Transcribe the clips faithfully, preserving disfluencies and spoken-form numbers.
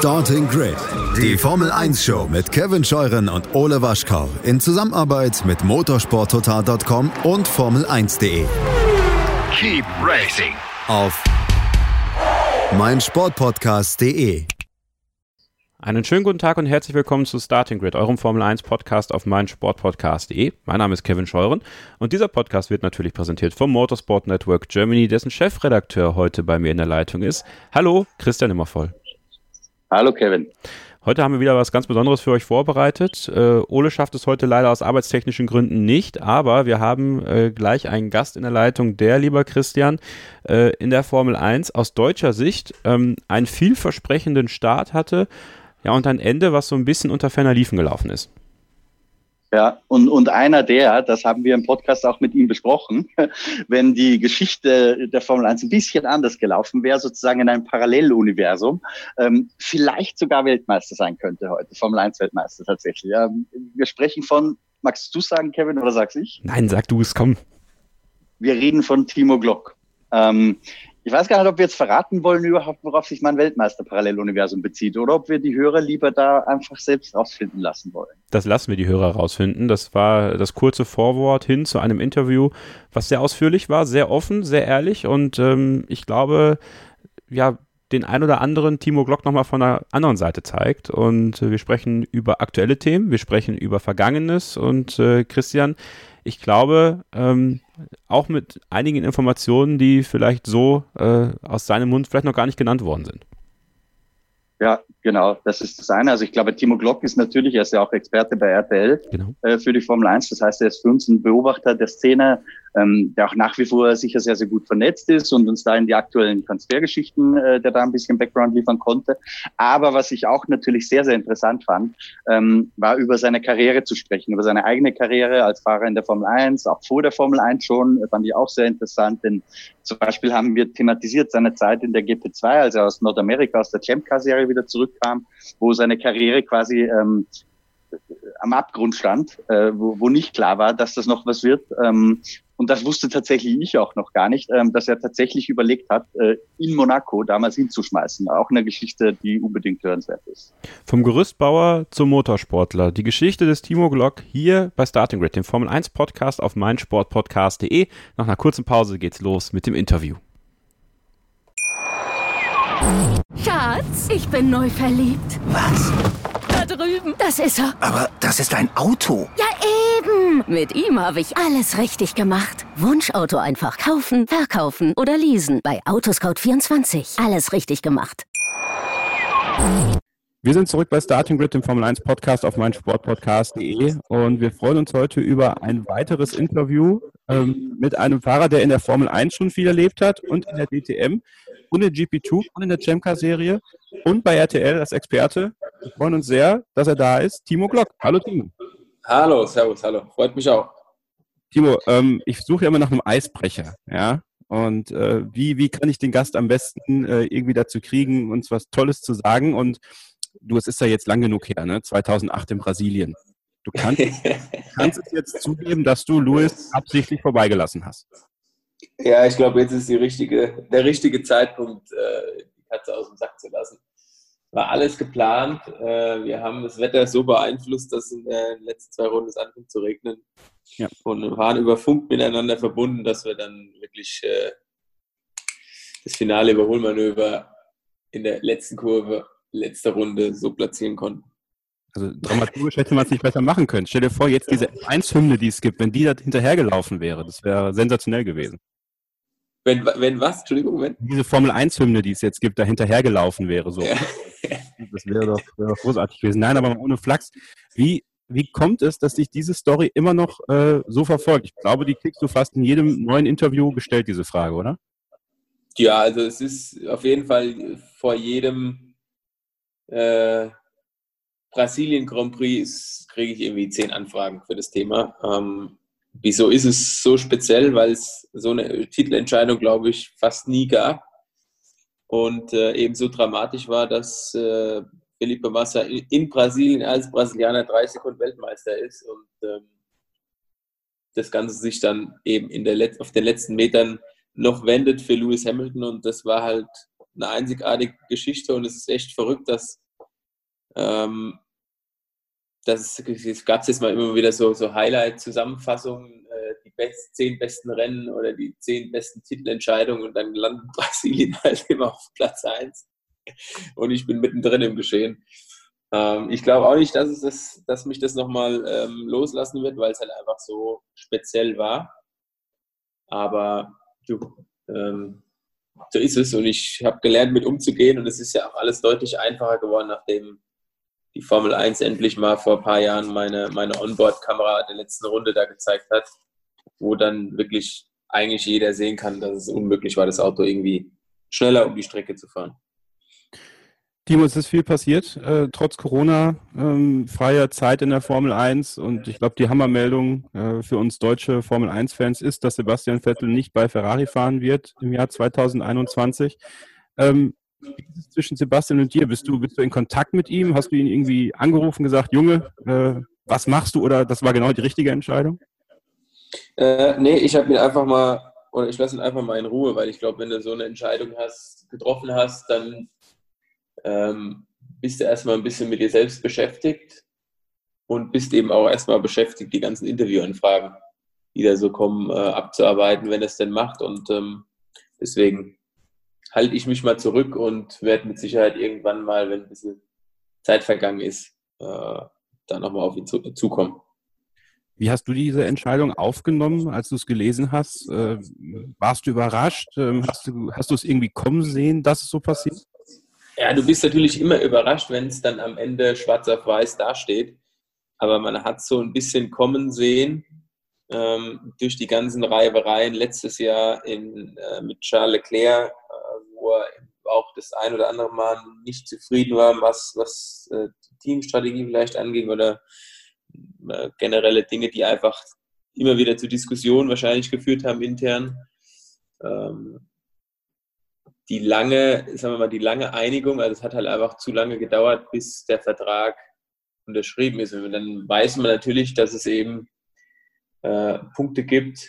Starting Grid, die Formel eins Show mit Kevin Scheuren und Ole Waschkau in Zusammenarbeit mit motorsport total Punkt com und Formel eins Punkt de. Keep racing Auf meinsportpodcast Punkt de. Einen schönen guten Tag und herzlich willkommen zu Starting Grid, eurem Formel eins Podcast auf meinsportpodcast Punkt de. Mein Name ist Kevin Scheuren und dieser Podcast wird natürlich präsentiert vom Motorsport Network Germany, dessen Chefredakteur heute bei mir in der Leitung ist. Hallo, Christian Immervoll. Hallo Kevin. Heute haben wir wieder was ganz Besonderes für euch vorbereitet. Äh, Ole schafft es heute leider aus arbeitstechnischen Gründen nicht, aber wir haben äh, gleich einen Gast in der Leitung, der, lieber Christian, äh, in der Formel eins aus deutscher Sicht ähm, einen vielversprechenden Start hatte, ja, und ein Ende, was so ein bisschen unter ferner Liefen gelaufen ist. Ja, und, und einer der, das haben wir im Podcast auch mit ihm besprochen, wenn die Geschichte der Formel eins ein bisschen anders gelaufen wäre, sozusagen in einem Paralleluniversum, ähm, vielleicht sogar Weltmeister sein könnte heute, Formel eins Weltmeister tatsächlich. Ja, wir sprechen von, magst du sagen, Kevin, oder sag's ich? Nein, sag du es, komm. Wir reden von Timo Glock. Ähm, Ich weiß gar nicht, ob wir jetzt verraten wollen überhaupt, worauf sich mein Weltmeister-Paralleluniversum bezieht oder ob wir die Hörer lieber da einfach selbst rausfinden lassen wollen. Das lassen wir die Hörer rausfinden. Das war das kurze Vorwort hin zu einem Interview, was sehr ausführlich war, sehr offen, sehr ehrlich und ähm, ich glaube, ja, den ein oder anderen Timo Glock nochmal von der anderen Seite zeigt. Und äh, wir sprechen über aktuelle Themen, wir sprechen über Vergangenes und äh, Christian, ich glaube, ähm, auch mit einigen Informationen, die vielleicht so äh, aus seinem Mund vielleicht noch gar nicht genannt worden sind. Ja, genau, das ist das eine. Also ich glaube, Timo Glock ist natürlich, er ist ja auch Experte bei R T L Genau. äh, für die Formel eins. Das heißt, er ist für uns ein Beobachter der Szene, ähm, der auch nach wie vor sicher sehr, sehr gut vernetzt ist und uns da in die aktuellen Transfergeschichten, äh, der da ein bisschen Background liefern konnte. Aber was ich auch natürlich sehr, sehr interessant fand, ähm, war über seine Karriere zu sprechen, über seine eigene Karriere als Fahrer in der Formel eins, auch vor der Formel eins schon, fand ich auch sehr interessant, denn zum Beispiel haben wir thematisiert seine Zeit in der G P zwei, als er aus Nordamerika, aus der Champ Car Serie wieder zurückkam, wo seine Karriere quasi ähm, am Abgrund stand, äh, wo, wo nicht klar war, dass das noch was wird. Ähm, und das wusste tatsächlich ich auch noch gar nicht, ähm, dass er tatsächlich überlegt hat, äh, in Monaco damals hinzuschmeißen. Auch eine Geschichte, die unbedingt hörenswert ist. Vom Gerüstbauer zum Motorsportler. Die Geschichte des Timo Glock hier bei Starting Grid, dem Formel eins Podcast auf meinsportpodcast Punkt de. Nach einer kurzen Pause geht's los mit dem Interview. Schatz, ich bin neu verliebt. Was? Da drüben. Das ist er. Aber das ist ein Auto. Ja, eben. Mit ihm habe ich alles richtig gemacht. Wunschauto einfach kaufen, verkaufen oder leasen. Bei Autoscout vierundzwanzig. Alles richtig gemacht. Wir sind zurück bei Starting Grid, dem Formel eins Podcast auf meinsportpodcast Punkt de und wir freuen uns heute über ein weiteres Interview ähm, mit einem Fahrer, der in der Formel eins schon viel erlebt hat und in der D T M und in der G P zwei und in der Champ Car Serie und bei R T L als Experte. Wir freuen uns sehr, dass er da ist. Timo Glock. Hallo Timo. Hallo, servus, hallo. Freut mich auch. Timo, ähm, ich suche ja immer nach einem Eisbrecher, ja. Und äh, wie, wie kann ich den Gast am besten äh, irgendwie dazu kriegen, uns was Tolles zu sagen? Und du, es ist ja jetzt lang genug her, ne? zweitausendacht in Brasilien. Du kannst, kannst es jetzt zugeben, dass du Lewis absichtlich vorbeigelassen hast. Ja, ich glaube, jetzt ist die richtige, der richtige Zeitpunkt, äh, die Katze aus dem Sack zu lassen. War alles geplant. Äh, wir haben das Wetter so beeinflusst, dass in den letzten zwei Runden es anfing zu regnen. Ja. Und waren über Funk miteinander verbunden, dass wir dann wirklich äh, das finale Überholmanöver in der letzten Kurve, letzte Runde so platzieren konnten. Also dramaturgisch hätte man es nicht besser machen können. Stell dir vor, jetzt diese eins Hymne, die es gibt, wenn die da hinterhergelaufen wäre, das wäre sensationell gewesen. Wenn, wenn was? Entschuldigung, wenn? Diese Formel eins Hymne, die es jetzt gibt, da hinterhergelaufen wäre. So. Ja. Das wäre doch, wäre doch großartig gewesen. Nein, aber ohne Flachs. Wie, wie kommt es, dass dich diese Story immer noch äh, so verfolgt? Ich glaube, die kriegst du fast in jedem neuen Interview gestellt, diese Frage, oder? Ja, also es ist auf jeden Fall vor jedem äh, Brasilien Grand Prix kriege ich irgendwie zehn Anfragen für das Thema. Ähm, wieso ist es so speziell? Weil es so eine Titelentscheidung, glaube ich, fast nie gab. Und äh, eben so dramatisch war, dass äh, Felipe Massa in, in Brasilien als Brasilianer drei Sekunden Weltmeister ist und ähm, das Ganze sich dann eben in der Let- auf den letzten Metern noch wendet für Lewis Hamilton. Und das war halt eine einzigartige Geschichte und es ist echt verrückt, dass Ähm, das gab es jetzt mal immer wieder so, so Highlight-Zusammenfassungen, äh, die best, zehn besten Rennen oder die zehn besten Titelentscheidungen und dann landet Brasilien halt immer auf Platz eins. Und ich bin mittendrin im Geschehen. Ähm, ich glaube auch nicht, dass, es das, dass mich das nochmal ähm, loslassen wird, weil es halt einfach so speziell war. Aber du, ähm, so ist es und ich habe gelernt, mit umzugehen und es ist ja auch alles deutlich einfacher geworden, nachdem die Formel eins endlich mal vor ein paar Jahren meine, meine Onboard-Kamera der letzten Runde da gezeigt hat, wo dann wirklich eigentlich jeder sehen kann, dass es unmöglich war, das Auto irgendwie schneller um die Strecke zu fahren. Timo, es ist viel passiert, äh, trotz Corona, ähm, freier Zeit in der Formel eins und ich glaube, die Hammermeldung äh, für uns deutsche Formel eins Fans ist, dass Sebastian Vettel nicht bei Ferrari fahren wird im Jahr zwanzig einundzwanzig. Ähm, wie ist es zwischen Sebastian und dir? Bist du, bist du in Kontakt mit ihm? Hast du ihn irgendwie angerufen, gesagt, Junge, äh, was machst du? Oder das war genau die richtige Entscheidung? Äh, nee, ich habe ihn einfach mal, oder ich lasse ihn einfach mal in Ruhe, weil ich glaube, wenn du so eine Entscheidung hast, getroffen hast, dann ähm, bist du erstmal ein bisschen mit dir selbst beschäftigt und bist eben auch erstmal beschäftigt, die ganzen Interviewanfragen, die da so kommen, äh, abzuarbeiten, wenn es denn macht. Und ähm, deswegen halte ich mich mal zurück und werde mit Sicherheit irgendwann mal, wenn ein bisschen Zeit vergangen ist, äh, da nochmal auf ihn zu, zukommen. Wie hast du diese Entscheidung aufgenommen, als du es gelesen hast? Äh, warst du überrascht? Ähm, hast du, hast du es irgendwie kommen sehen, dass es so passiert? Ja, du bist natürlich immer überrascht, wenn es dann am Ende schwarz auf weiß dasteht. Aber man hat so ein bisschen kommen sehen ähm, durch die ganzen Reibereien letztes Jahr in, äh, mit Charles Leclerc, äh, wo er auch das ein oder andere Mal nicht zufrieden war, was, was äh, die Teamstrategie vielleicht anging oder äh, generelle Dinge, die einfach immer wieder zu Diskussionen wahrscheinlich geführt haben intern. Ähm, die lange, sagen wir mal, die lange Einigung, also es hat halt einfach zu lange gedauert, bis der Vertrag unterschrieben ist. Und dann weiß man natürlich, dass es eben äh, Punkte gibt,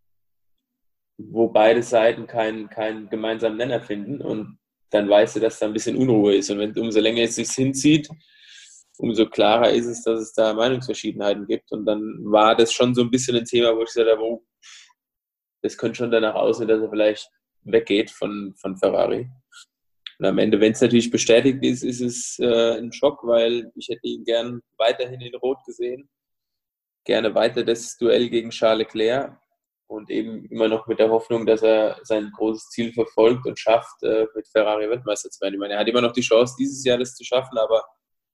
wo beide Seiten keinen keinen gemeinsamen Nenner finden und dann weißt du, dass da ein bisschen Unruhe ist. Und wenn umso länger es sich hinzieht, umso klarer ist es, dass es da Meinungsverschiedenheiten gibt. Und dann war das schon so ein bisschen ein Thema, wo ich gesagt habe, oh, das könnte schon danach aussehen, dass er vielleicht weggeht von, von Ferrari. Und am Ende, wenn es natürlich bestätigt ist, ist es äh, ein Schock, weil ich hätte ihn gern weiterhin in Rot gesehen. Gerne weiter das Duell gegen Charles Leclerc und eben immer noch mit der Hoffnung, dass er sein großes Ziel verfolgt und schafft, äh, mit Ferrari Weltmeister zu werden. Ich meine, er hat immer noch die Chance, dieses Jahr das zu schaffen, aber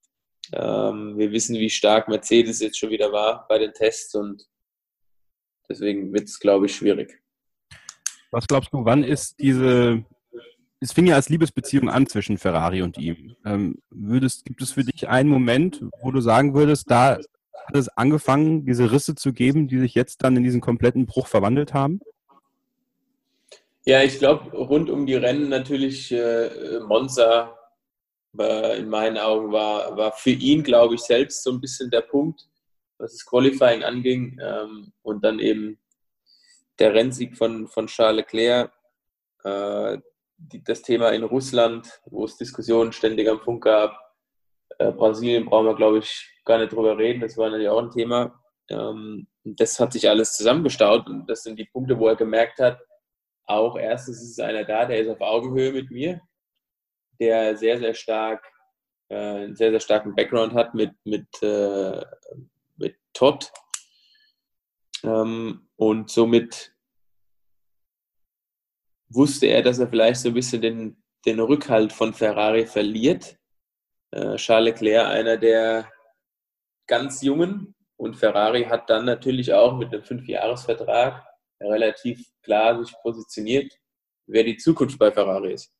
ähm, wir wissen, wie stark Mercedes jetzt schon wieder war bei den Tests und deswegen wird es, glaube ich, schwierig. Was glaubst du, wann ist diese, es fing ja als Liebesbeziehung an zwischen Ferrari und ihm. Ähm, würdest, gibt es für dich einen Moment, wo du sagen würdest, da hat es angefangen, diese Risse zu geben, die sich jetzt dann in diesen kompletten Bruch verwandelt haben? Ja, ich glaube, rund um die Rennen natürlich äh, Monza äh, in meinen Augen war, war für ihn, glaube ich, selbst so ein bisschen der Punkt, was das Qualifying anging ähm, und dann eben der Rennsieg von, von Charles Leclerc, äh, die, das Thema in Russland, wo es Diskussionen ständig am Funk gab. Äh, Brasilien brauchen wir, glaube ich, gar nicht drüber reden, das war natürlich auch ein Thema. Ähm, das hat sich alles zusammengestaut und das sind die Punkte, wo er gemerkt hat, auch erstens ist einer da, der ist auf Augenhöhe mit mir, der sehr, sehr stark, äh, einen sehr, sehr starken Background hat mit, mit, äh, mit Todd. Ähm, und somit wusste er, dass er vielleicht so ein bisschen den, den Rückhalt von Ferrari verliert. Äh, Charles Leclerc, einer der ganz Jungen, und Ferrari hat dann natürlich auch mit einem Fünfjahresvertrag relativ klar sich positioniert, wer die Zukunft bei Ferrari ist.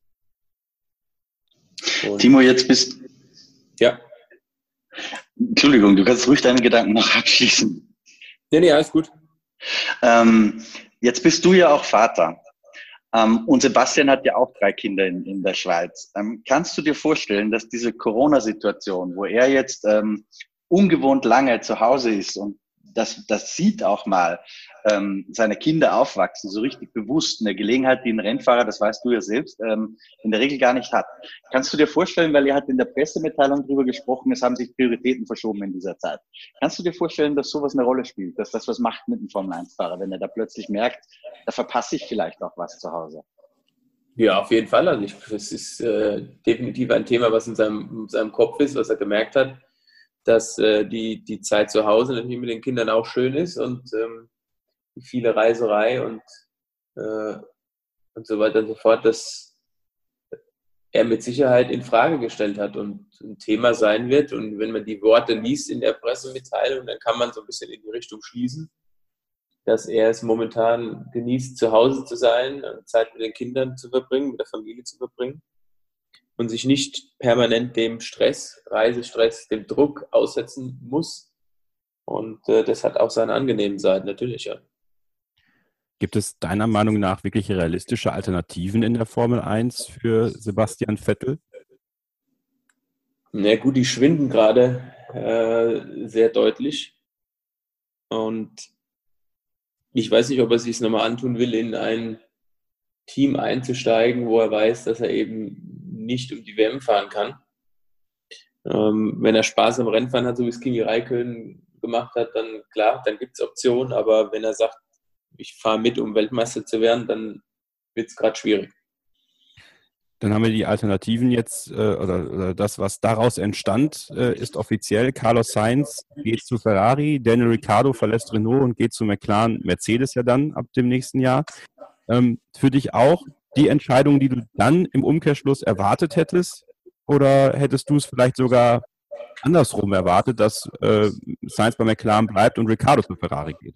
Und Timo, jetzt bist ja. Entschuldigung, du kannst ruhig deine Gedanken noch abschließen. Nee, nee, alles gut. Ähm, jetzt bist du ja auch Vater. Ähm, und Sebastian hat ja auch drei Kinder in, in der Schweiz. Ähm, kannst du dir vorstellen, dass diese Corona-Situation, wo er jetzt ähm, ungewohnt lange zu Hause ist und das, das sieht auch mal ähm, seine Kinder aufwachsen, so richtig bewusst, eine Gelegenheit, die ein Rennfahrer, das weißt du ja selbst, ähm, in der Regel gar nicht hat. Kannst du dir vorstellen, weil ihr hat in der Pressemitteilung darüber gesprochen, es haben sich Prioritäten verschoben in dieser Zeit. Kannst du dir vorstellen, dass sowas eine Rolle spielt, dass das was macht mit einem Formel eins Fahrer, wenn er da plötzlich merkt, da verpasse ich vielleicht auch was zu Hause? Ja, auf jeden Fall. Also ich, das ist äh, definitiv ein Thema, was in seinem, in seinem Kopf ist, was er gemerkt hat, dass äh, die, die Zeit zu Hause natürlich mit den Kindern auch schön ist und ähm, viele Reiserei und, äh, und so weiter und so fort, dass er mit Sicherheit in Frage gestellt hat und ein Thema sein wird. Und wenn man die Worte liest in der Pressemitteilung, dann kann man so ein bisschen in die Richtung schließen, dass er es momentan genießt, zu Hause zu sein, Zeit mit den Kindern zu verbringen, mit der Familie zu verbringen und sich nicht permanent dem Stress, Reisestress, dem Druck aussetzen muss. Und äh, das hat auch seine angenehmen Seiten, natürlich, ja. Gibt es deiner Meinung nach wirklich realistische Alternativen in der Formel eins für Sebastian Vettel? Na gut, die schwinden gerade äh, sehr deutlich. Und ich weiß nicht, ob er sich es nochmal antun will, in ein Team einzusteigen, wo er weiß, dass er eben nicht um die W M fahren kann. Ähm, wenn er Spaß am Rennfahren hat, so wie es Kimi Räikkönen gemacht hat, dann klar, dann gibt es Optionen. Aber wenn er sagt, ich fahre mit, um Weltmeister zu werden, dann wird es gerade schwierig. Dann haben wir die Alternativen jetzt, äh, oder, oder das, was daraus entstand, äh, ist offiziell. Carlos Sainz geht zu Ferrari, Daniel Ricciardo verlässt Renault und geht zu McLaren, Mercedes ja dann ab dem nächsten Jahr. Ähm, für dich auch die Entscheidung, die du dann im Umkehrschluss erwartet hättest? Oder hättest du es vielleicht sogar andersrum erwartet, dass äh, Sainz bei McLaren bleibt und Ricciardo zu Ferrari geht?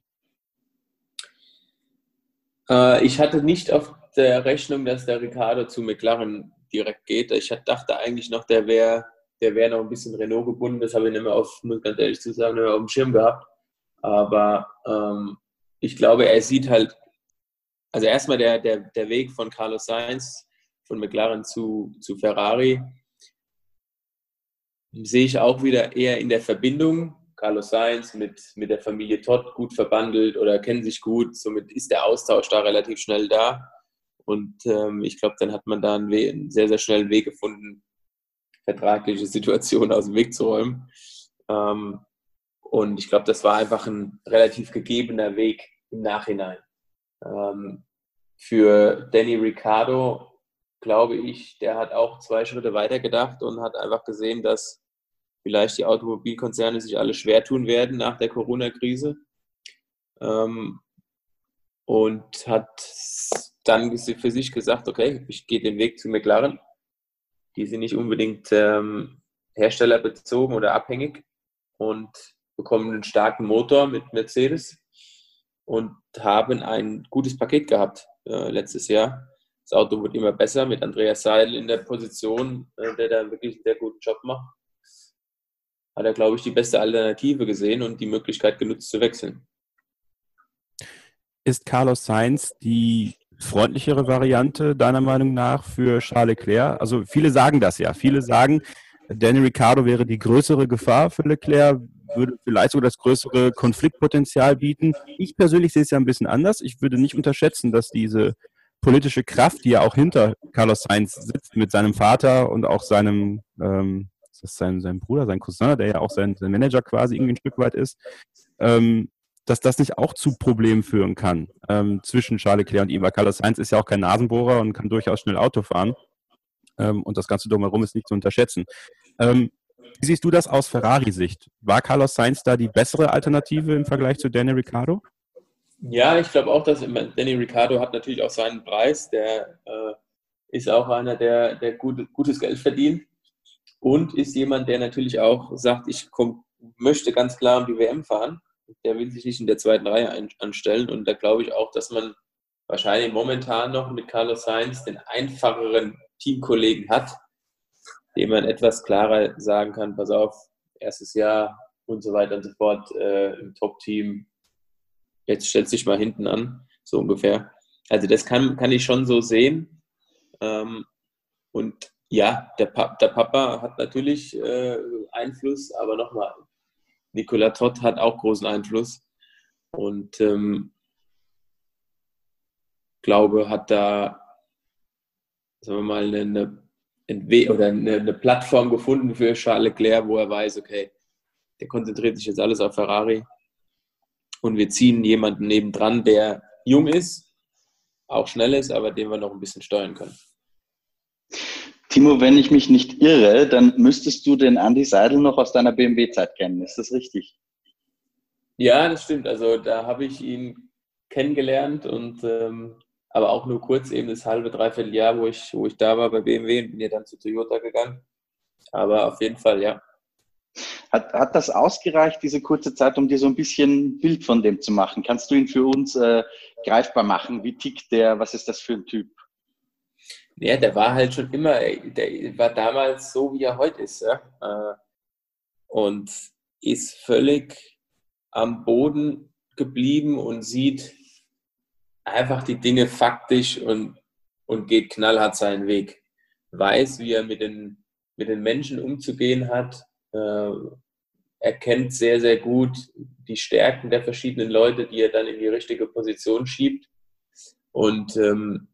Äh, ich hatte nicht auf der Rechnung, dass der Ricciardo zu McLaren direkt geht. Ich dachte eigentlich noch, der wäre der wär noch ein bisschen Renault gebunden. Das habe ich nicht mehr auf, muss ganz ehrlich zu sagen, nicht mehr auf dem Schirm gehabt. Aber ähm, ich glaube, er sieht halt, also erstmal der, der, der Weg von Carlos Sainz von McLaren zu, zu Ferrari sehe ich auch wieder eher in der Verbindung. Carlos Sainz mit, mit der Familie Todt gut verbandelt oder kennen sich gut, somit ist der Austausch da relativ schnell da. Und ähm, ich glaube, dann hat man da einen, We- einen sehr, sehr schnellen Weg gefunden, vertragliche Situationen aus dem Weg zu räumen. Ähm, und ich glaube, das war einfach ein relativ gegebener Weg im Nachhinein. Ähm, für Danny Ricciardo, glaube ich, der hat auch zwei Schritte weiter gedacht und hat einfach gesehen, dass vielleicht die Automobilkonzerne sich alle schwer tun werden nach der Corona-Krise. Ähm, und hat dann für sich gesagt, okay, ich gehe den Weg zu McLaren. Die sind nicht unbedingt ähm, herstellerbezogen oder abhängig und bekommen einen starken Motor mit Mercedes und haben ein gutes Paket gehabt äh, letztes Jahr. Das Auto wird immer besser mit Andreas Seidl in der Position, äh, der da wirklich einen sehr guten Job macht. Hat er, glaube ich, die beste Alternative gesehen und die Möglichkeit genutzt zu wechseln. Ist Carlos Sainz die freundlichere Variante deiner Meinung nach für Charles Leclerc? Also viele sagen das ja. Viele sagen, Daniel Ricciardo wäre die größere Gefahr für Leclerc, würde vielleicht sogar das größere Konfliktpotenzial bieten. Ich persönlich sehe es ja ein bisschen anders. Ich würde nicht unterschätzen, dass diese politische Kraft, die ja auch hinter Carlos Sainz sitzt, mit seinem Vater und auch seinem, ähm, ist das sein, sein Bruder, sein Cousin, der ja auch sein, sein Manager quasi irgendwie ein Stück weit ist, ähm, dass das nicht auch zu Problemen führen kann ähm, zwischen Charles Leclerc und ihm, weil Carlos Sainz ist ja auch kein Nasenbohrer und kann durchaus schnell Auto fahren ähm, und das Ganze drumherum ist nicht zu unterschätzen. Ähm, wie siehst du das aus Ferrari-Sicht? War Carlos Sainz da die bessere Alternative im Vergleich zu Daniel Ricciardo? Ja, ich glaube auch, dass Danny Ricciardo hat natürlich auch seinen Preis. Der äh, ist auch einer, der, der gut, gutes Geld verdient und ist jemand, der natürlich auch sagt, ich komm, möchte ganz klar um die W M fahren. Der will sich nicht in der zweiten Reihe ein, anstellen. Und da glaube ich auch, dass man wahrscheinlich momentan noch mit Carlos Sainz den einfacheren Teamkollegen hat, dem man etwas klarer sagen kann, pass auf, erstes Jahr und so weiter und so fort äh, im Top-Team. Jetzt stellst du dich mal hinten an, so ungefähr. Also das kann, kann ich schon so sehen. Ähm, und ja, der, pa- der Papa hat natürlich äh, Einfluss, aber nochmal, Nicolas Todt hat auch großen Einfluss und ähm, glaube, hat da, sagen wir mal, eine, eine, oder eine, eine Plattform gefunden für Charles Leclerc, wo er weiß, okay, der konzentriert sich jetzt alles auf Ferrari und wir ziehen jemanden nebendran, der jung ist, auch schnell ist, aber den wir noch ein bisschen steuern können. Timo, wenn ich mich nicht irre, dann müsstest du den Andi Seidel noch aus deiner B M W-Zeit kennen. Ist das richtig? Ja, das stimmt. Also da habe ich ihn kennengelernt und ähm, aber auch nur kurz, eben das halbe, dreiviertel Jahr, wo ich, wo ich da war bei B M W und bin ja dann zu Toyota gegangen. Aber auf jeden Fall, ja. Hat, hat das ausgereicht, diese kurze Zeit, um dir so ein bisschen ein Bild von dem zu machen? Kannst du ihn für uns äh, greifbar machen? Wie tickt der? Was ist das für ein Typ? Ja, der war halt schon immer, der war damals so, wie er heute ist. Ja? Und ist völlig am Boden geblieben und sieht einfach die Dinge faktisch und, und geht knallhart seinen Weg. Weiß, wie er mit den, mit den Menschen umzugehen hat. Äh, er kennt sehr, sehr gut die Stärken der verschiedenen Leute, die er dann in die richtige Position schiebt. Und ähm,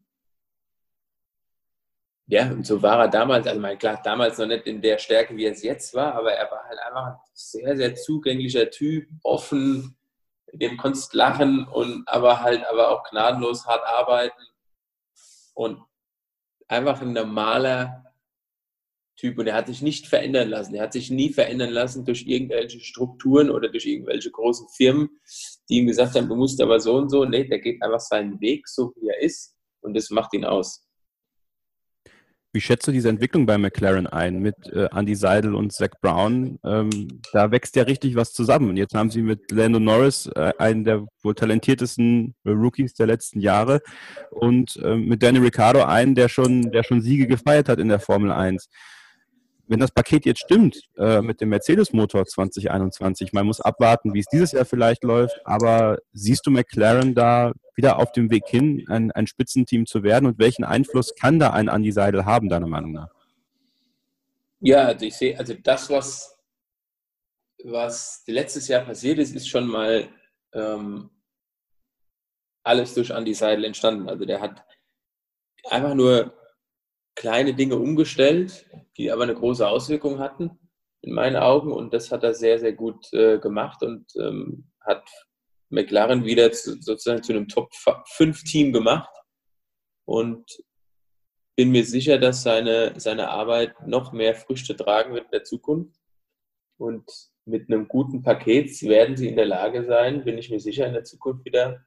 ja, und so war er damals, also mein, klar, damals noch nicht in der Stärke, wie er es jetzt war, aber er war halt einfach ein sehr, sehr zugänglicher Typ, offen, dem konntest lachen und aber halt aber auch gnadenlos hart arbeiten und einfach ein normaler Typ. Und er hat sich nicht verändern lassen. Er hat sich nie verändern lassen durch irgendwelche Strukturen oder durch irgendwelche großen Firmen, die ihm gesagt haben, du musst aber so und so. Nee, der geht einfach seinen Weg, so wie er ist, und das macht ihn aus. Wie schätzt du diese Entwicklung bei McLaren ein mit äh, Andy Seidel und Zach Brown? Ähm, da wächst ja richtig was zusammen. Und jetzt haben sie mit Lando Norris äh, einen der wohl talentiertesten äh, Rookies der letzten Jahre und äh, mit Danny Ricciardo einen, der schon, der schon Siege gefeiert hat in der Formel eins. Wenn das Paket jetzt stimmt äh, mit dem Mercedes-Motor zwanzig einundzwanzig, man muss abwarten, wie es dieses Jahr vielleicht läuft, aber siehst du McLaren da wieder auf dem Weg hin, ein, ein Spitzenteam zu werden, und welchen Einfluss kann da ein Andy Seidel haben, deiner Meinung nach? Ja, also ich sehe, also das, was, was letztes Jahr passiert ist, ist schon mal ähm, alles durch Andy Seidel entstanden. Also der hat einfach nur kleine Dinge umgestellt, die aber eine große Auswirkung hatten, in meinen Augen. Und das hat er sehr, sehr gut äh, gemacht und ähm, hat McLaren wieder zu, sozusagen zu einem Top fünf Team gemacht. Und bin mir sicher, dass seine, seine Arbeit noch mehr Früchte tragen wird in der Zukunft. Und mit einem guten Paket werden sie in der Lage sein, bin ich mir sicher, in der Zukunft wieder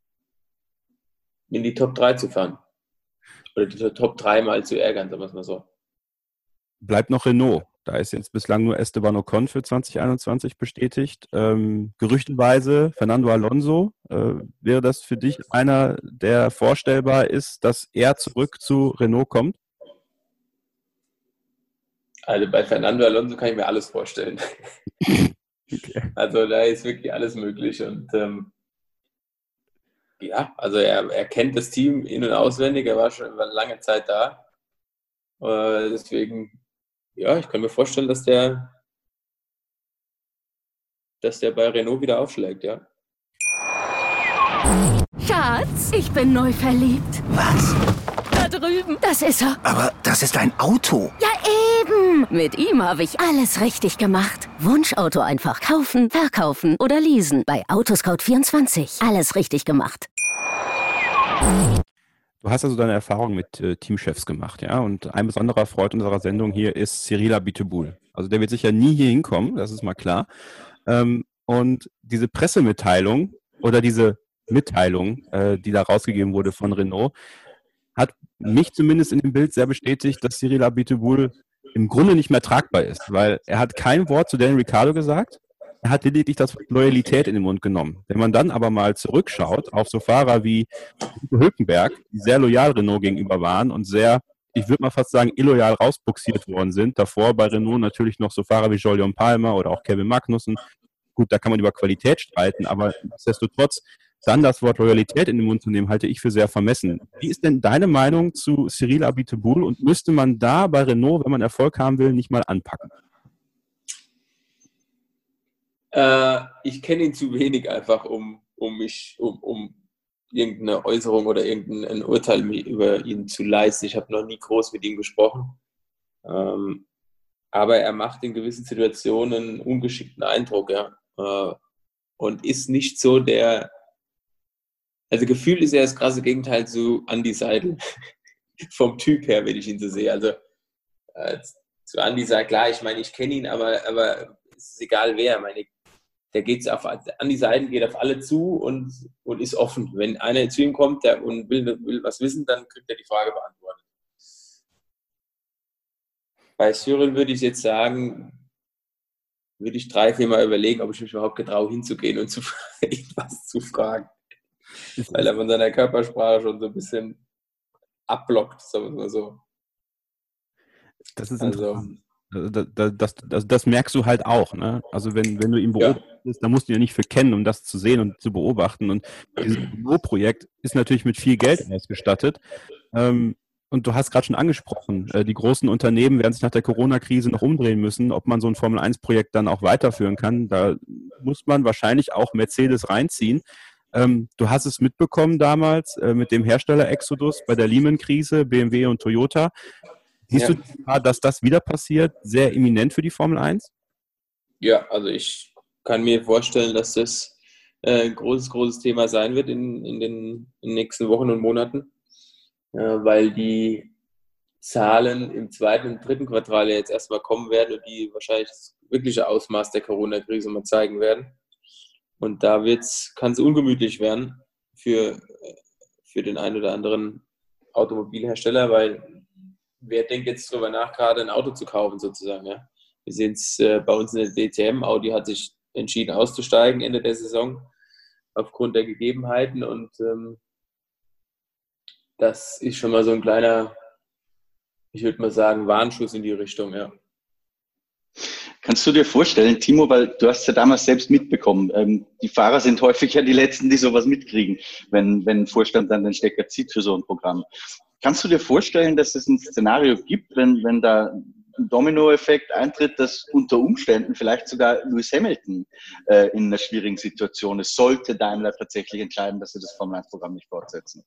in die Top drei zu fahren. Oder die Top drei mal zu ärgern, sagen wir es mal so. Bleibt noch Renault. Da ist jetzt bislang nur Esteban Ocon für zwanzig einundzwanzig bestätigt. Ähm, gerüchtenweise Fernando Alonso. Äh, wäre das für dich einer, der vorstellbar ist, dass er zurück zu Renault kommt? Also bei Fernando Alonso kann ich mir alles vorstellen. Okay. Also da ist wirklich alles möglich. Und ähm, ja, also er, er kennt das Team in- und auswendig. Er war schon über lange Zeit da. Äh, deswegen, ja, ich kann mir vorstellen, dass der, dass der bei Renault wieder aufschlägt, ja. Schatz, ich bin neu verliebt. Was? Da drüben. Das ist er. Aber das ist ein Auto. Ja, eben. Mit ihm habe ich alles richtig gemacht. Wunschauto einfach kaufen, verkaufen oder leasen. Bei Autoscout vierundzwanzig. Alles richtig gemacht. Du hast also deine Erfahrung mit äh, Teamchefs gemacht, ja? Und ein besonderer Freund unserer Sendung hier ist Cyril Abiteboul. Also der wird sicher nie hier hinkommen, das ist mal klar. Ähm, und diese Pressemitteilung oder diese Mitteilung, äh, die da rausgegeben wurde von Renault, hat mich zumindest in dem Bild sehr bestätigt, dass Cyril Abiteboul im Grunde nicht mehr tragbar ist, weil er hat kein Wort zu Daniel Ricciardo gesagt. Er hat lediglich das Wort Loyalität in den Mund genommen. Wenn man dann aber mal zurückschaut auf so Fahrer wie Hülkenberg, die sehr loyal Renault gegenüber waren und sehr, ich würde mal fast sagen, illoyal rausbuxiert worden sind. Davor bei Renault natürlich noch so Fahrer wie Jolyon Palmer oder auch Kevin Magnussen. Gut, da kann man über Qualität streiten, aber nichtsdestotrotz dann das Wort Loyalität in den Mund zu nehmen, halte ich für sehr vermessen. Wie ist denn deine Meinung zu Cyril Abiteboul und müsste man da bei Renault, wenn man Erfolg haben will, nicht mal anpacken? Äh, ich kenne ihn zu wenig einfach, um, um mich, um, um irgendeine Äußerung oder irgendein Urteil über ihn zu leisten. Ich habe noch nie groß mit ihm gesprochen. Ähm, aber er macht in gewissen Situationen einen ungeschickten Eindruck, ja. Äh, und ist nicht so der, also gefühlt ist er das krasse Gegenteil zu Andi Seidel. Vom Typ her, wenn ich ihn so sehe. Also äh, zu Andi sagt, klar, ich meine, ich kenne ihn, aber, aber es ist egal wer. Meine, der geht's auf, Andi Seidel geht auf alle zu und, und ist offen. Wenn einer zu ihm kommt der, und will, will was wissen, dann kriegt er die Frage beantwortet. Bei Cyril würde ich jetzt sagen, würde ich drei, vier Mal überlegen, ob ich mich überhaupt getraue, hinzugehen und zu, was zu fragen. Weil er von seiner Körpersprache schon so ein bisschen abblockt, sagen wir mal so. Das ist also, interessant. Das, das, das, das merkst du halt auch, ne? Also wenn, wenn du ihn beobachtest, ja. dann musst du ihn ja nicht für kennen, um das zu sehen und zu beobachten. Und dieses Projekt ist natürlich mit viel Geld ausgestattet. Ähm, und du hast gerade schon angesprochen, äh, die großen Unternehmen werden sich nach der Corona-Krise noch umdrehen müssen, ob man so ein Formel eins Projekt dann auch weiterführen kann. Da muss man wahrscheinlich auch Mercedes reinziehen. Ähm, du hast es mitbekommen damals äh, mit dem Hersteller-Exodus bei der Lehman-Krise, B M W und Toyota. Siehst ja. du, dass das wieder passiert, sehr imminent für die Formel eins? Ja, also ich kann mir vorstellen, dass das äh, ein großes, großes Thema sein wird in, in, den, in den nächsten Wochen und Monaten, äh, weil die Zahlen im zweiten und dritten Quartal jetzt erstmal kommen werden und die wahrscheinlich das wirkliche Ausmaß der Corona-Krise mal zeigen werden. Und da wird's, kann es ungemütlich werden für, für den einen oder anderen Automobilhersteller, weil wer denkt jetzt darüber nach, gerade ein Auto zu kaufen sozusagen. Ja? Wir sehen es äh, bei uns in der D T M. Audi hat sich entschieden auszusteigen Ende der Saison aufgrund der Gegebenheiten und ähm, das ist schon mal so ein kleiner, ich würde mal sagen, Warnschuss in die Richtung. Ja. Kannst du dir vorstellen, Timo, weil du hast ja damals selbst mitbekommen, ähm, die Fahrer sind häufig ja die Letzten, die sowas mitkriegen, wenn, wenn ein Vorstand dann den Stecker zieht für so ein Programm. Kannst du dir vorstellen, dass es ein Szenario gibt, wenn, wenn da ein Dominoeffekt eintritt, dass unter Umständen vielleicht sogar Lewis Hamilton äh, in einer schwierigen Situation ist, sollte Daimler tatsächlich entscheiden, dass sie das Formel eins Programm nicht fortsetzen?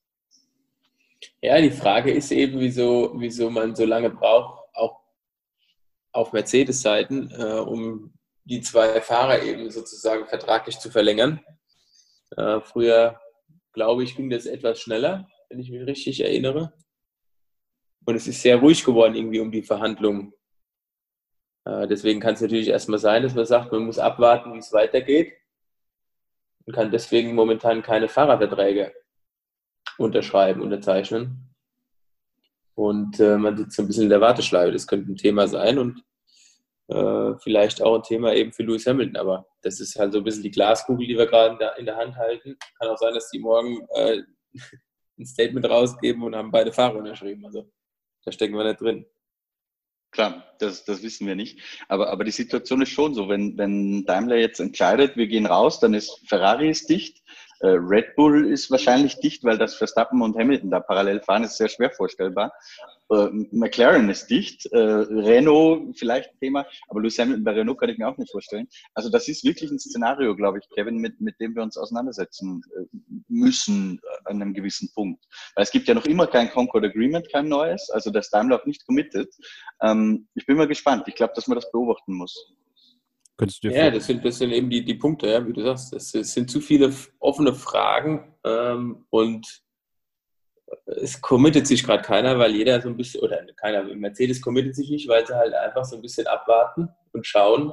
Ja, die Frage ist eben, wieso, wieso man so lange braucht, auch auf Mercedes-Seiten, äh, um die zwei Fahrer eben sozusagen vertraglich zu verlängern. Äh, früher, glaube ich, ging das etwas schneller, wenn ich mich richtig erinnere. Und es ist sehr ruhig geworden irgendwie um die Verhandlungen. Äh, deswegen kann es natürlich erstmal sein, dass man sagt, man muss abwarten, wie es weitergeht und kann deswegen momentan keine Fahrerverträge unterschreiben, unterzeichnen. Und äh, man sitzt so ein bisschen in der Warteschleife. Das könnte ein Thema sein und äh, vielleicht auch ein Thema eben für Lewis Hamilton. Aber das ist halt so ein bisschen die Glaskugel, die wir gerade in der, in der Hand halten. Kann auch sein, dass die morgen äh, ein Statement rausgeben und haben beide Fahrer unterschrieben. Also da stecken wir nicht drin. Klar, das, das wissen wir nicht. Aber, aber die Situation ist schon so, wenn, wenn Daimler jetzt entscheidet, wir gehen raus, dann ist Ferrari ist dicht, äh, Red Bull ist wahrscheinlich dicht, weil das Verstappen und Hamilton da parallel fahren, ist sehr schwer vorstellbar. Äh, McLaren ist dicht, äh, Renault vielleicht Thema, aber Lewis Hamilton bei Renault kann ich mir auch nicht vorstellen. Also das ist wirklich ein Szenario, glaube ich, Kevin, mit, mit dem wir uns auseinandersetzen müssen an einem gewissen Punkt. Weil es gibt ja noch immer kein Concord Agreement, kein neues, also das Daimler auch nicht committed. Ähm, ich bin mal gespannt. Ich glaube, dass man das beobachten muss. Ja, das sind, das sind eben die, die Punkte, ja, wie du sagst. Es, es sind zu viele offene Fragen ähm, und es committet sich gerade keiner, weil jeder so ein bisschen, oder keiner, Mercedes committet sich nicht, weil sie halt einfach so ein bisschen abwarten und schauen,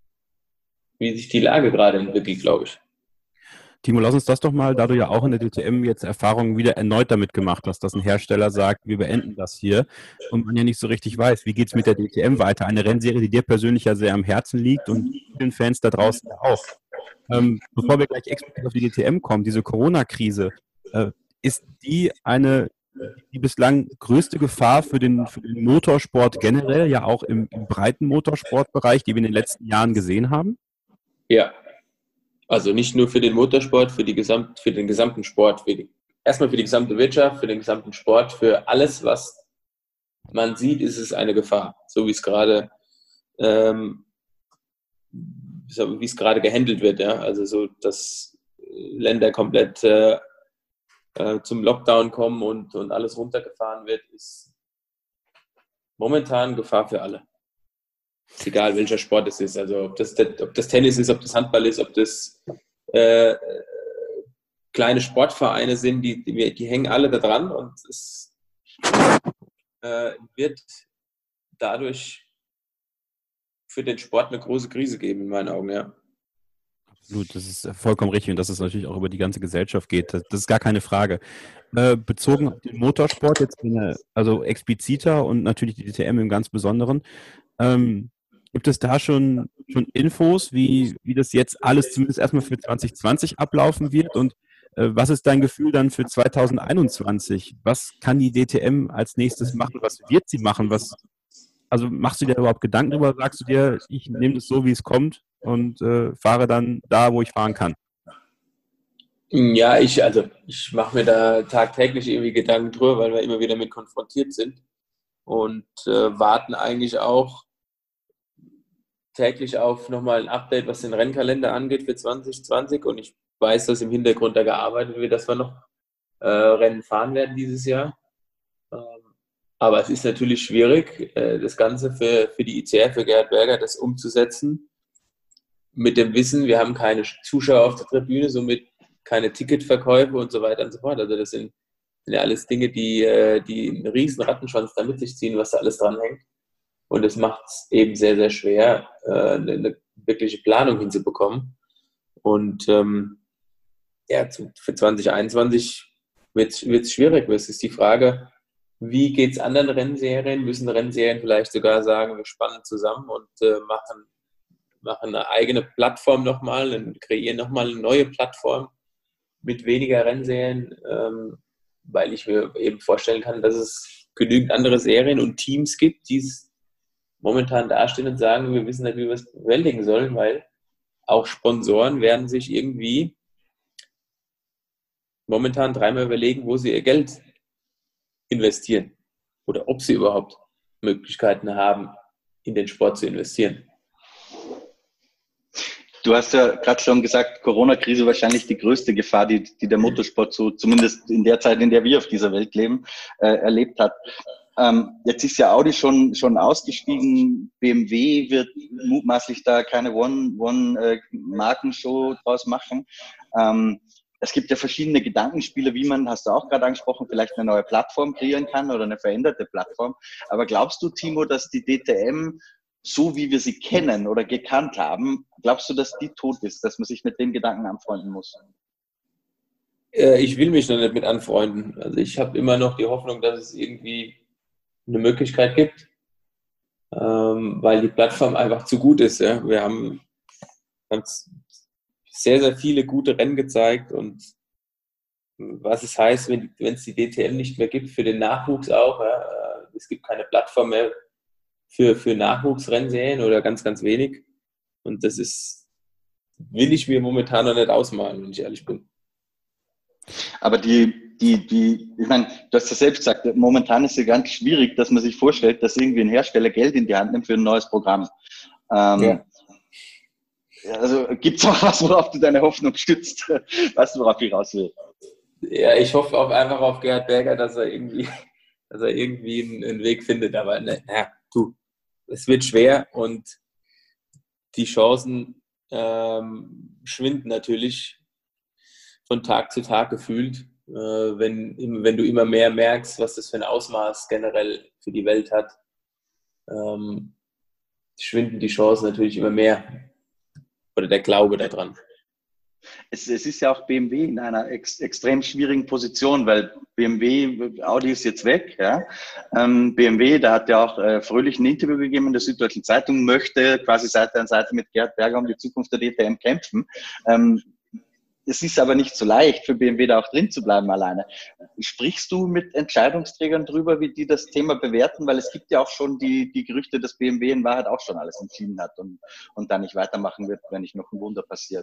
wie sich die Lage gerade entwickelt, glaube ich. Timo, lass uns das doch mal, da du ja auch in der D T M jetzt Erfahrungen wieder erneut damit gemacht hast, dass ein Hersteller sagt, wir beenden das hier und man ja nicht so richtig weiß, wie geht es mit der D T M weiter? Eine Rennserie, die dir persönlich ja sehr am Herzen liegt und vielen Fans da draußen ja auch. Ähm, bevor wir gleich explizit auf die D T M kommen, diese Corona-Krise, äh, ist die eine die bislang größte Gefahr für den, für den Motorsport generell, ja auch im, im breiten Motorsportbereich, die wir in den letzten Jahren gesehen haben? Ja. Also nicht nur für den Motorsport, für, die Gesamt, für den gesamten Sport. Für die, erstmal für die gesamte Wirtschaft, für den gesamten Sport, für alles, was man sieht, ist es eine Gefahr. So wie es gerade ähm, wie es gerade gehandelt wird. Ja? Also so, dass Länder komplett äh, äh, zum Lockdown kommen und, und alles runtergefahren wird, ist momentan Gefahr für alle. Ist egal, welcher Sport es ist. Also ob das, ob das Tennis ist, ob das Handball ist, ob das äh, kleine Sportvereine sind, die, die, die hängen alle da dran und es äh, wird dadurch für den Sport eine große Krise geben, in meinen Augen, ja. Absolut, das ist vollkommen richtig und dass es natürlich auch über die ganze Gesellschaft geht. Das, das ist gar keine Frage. Äh, bezogen auf den Motorsport jetzt, eine, also expliziter und natürlich die D T M im ganz Besonderen, ähm, gibt es da schon, schon Infos, wie, wie das jetzt alles zumindest erstmal für zwanzig zwanzig ablaufen wird und äh, was ist dein Gefühl dann für zwanzig einundzwanzig? Was kann die D T M als nächstes machen? Was wird sie machen? Was, also machst du dir überhaupt Gedanken darüber? Sagst du dir, ich nehme das so, wie es kommt und äh, fahre dann da, wo ich fahren kann? Ja, ich, also ich mache mir da tagtäglich irgendwie Gedanken drüber, weil wir immer wieder mit konfrontiert sind und äh, warten eigentlich auch täglich auf nochmal ein Update, was den Rennkalender angeht für zwanzig zwanzig und ich weiß, dass im Hintergrund da gearbeitet wird, dass wir noch äh, Rennen fahren werden dieses Jahr. Ähm, aber es ist natürlich schwierig, äh, das Ganze für, für die I C R, für Gerhard Berger, das umzusetzen mit dem Wissen, wir haben keine Zuschauer auf der Tribüne, somit keine Ticketverkäufe und so weiter und so fort. Also das sind, sind ja alles Dinge, die, äh, die einen riesen Rattenschwanz da mit sich ziehen, was da alles dranhängt. Und es macht es eben sehr, sehr schwer, eine, eine wirkliche Planung hinzubekommen. Und ähm, ja, zu, für zwanzig einundzwanzig wird es schwierig. Es ist die Frage, wie geht es anderen Rennserien? Müssen Rennserien vielleicht sogar sagen, wir spannen zusammen und äh, machen, machen eine eigene Plattform nochmal und kreieren nochmal eine neue Plattform mit weniger Rennserien, ähm, weil ich mir eben vorstellen kann, dass es genügend andere Serien und Teams gibt, die es momentan dastehen und sagen, wir wissen nicht, wie wir es bewältigen sollen, weil auch Sponsoren werden sich irgendwie momentan dreimal überlegen, wo sie ihr Geld investieren oder ob sie überhaupt Möglichkeiten haben, in den Sport zu investieren. Du hast ja gerade schon gesagt, Corona-Krise wahrscheinlich die größte Gefahr, die, die der Motorsport so, zumindest in der Zeit, in der wir auf dieser Welt leben, äh, erlebt hat. Ähm, jetzt ist ja Audi schon, schon ausgestiegen. B M W wird mutmaßlich da keine One-Markenshow One, äh, draus machen. Ähm, es gibt ja verschiedene Gedankenspiele, wie man, hast du auch gerade angesprochen, vielleicht eine neue Plattform kreieren kann oder eine veränderte Plattform. Aber glaubst du, Timo, dass die D T M, so wie wir sie kennen oder gekannt haben, glaubst du, dass die tot ist, dass man sich mit den Gedanken anfreunden muss? Ich will mich noch nicht mit anfreunden. Also ich habe immer noch die Hoffnung, dass es irgendwie eine Möglichkeit gibt, ähm, weil die Plattform einfach zu gut ist. Ja? Wir haben ganz sehr, sehr viele gute Rennen gezeigt und was es heißt, wenn es die D T M nicht mehr gibt, für den Nachwuchs auch. Ja? Es gibt keine Plattform mehr für, für Nachwuchsrennserien oder ganz, ganz wenig. Und das ist, will ich mir momentan noch nicht ausmalen, wenn ich ehrlich bin. Aber die, die, die, ich meine, du hast ja selbst gesagt, momentan ist es ja ganz schwierig, dass man sich vorstellt, dass irgendwie ein Hersteller Geld in die Hand nimmt für ein neues Programm. Ähm, ja. Also gibt es auch was, worauf du deine Hoffnung stützt? Weißt du, worauf ich raus will? Ja, ich hoffe auch einfach auf Gerhard Berger, dass er irgendwie, dass er irgendwie einen, einen Weg findet. Aber naja, du, es wird schwer und die Chancen ähm, schwinden natürlich von Tag zu Tag gefühlt, äh, wenn, wenn du immer mehr merkst, was das für ein Ausmaß generell für die Welt hat, ähm, schwinden die Chancen natürlich immer mehr. Oder der Glaube daran. Es, es ist ja auch B M W in einer ex, extrem schwierigen Position, weil B M W, Audi ist jetzt weg. Ja? Ähm, B M W, da hat ja auch äh, Fröhlich ein Interview gegeben in der Süddeutschen Zeitung, möchte quasi Seite an Seite mit Gerhard Berger um die Zukunft der D T M kämpfen. Ähm, Es ist aber nicht so leicht für B M W da auch drin zu bleiben alleine. Sprichst du mit Entscheidungsträgern drüber, wie die das Thema bewerten? Weil es gibt ja auch schon die, die Gerüchte, dass B M W in Wahrheit auch schon alles entschieden hat und, und dann nicht weitermachen wird, wenn nicht noch ein Wunder passiert.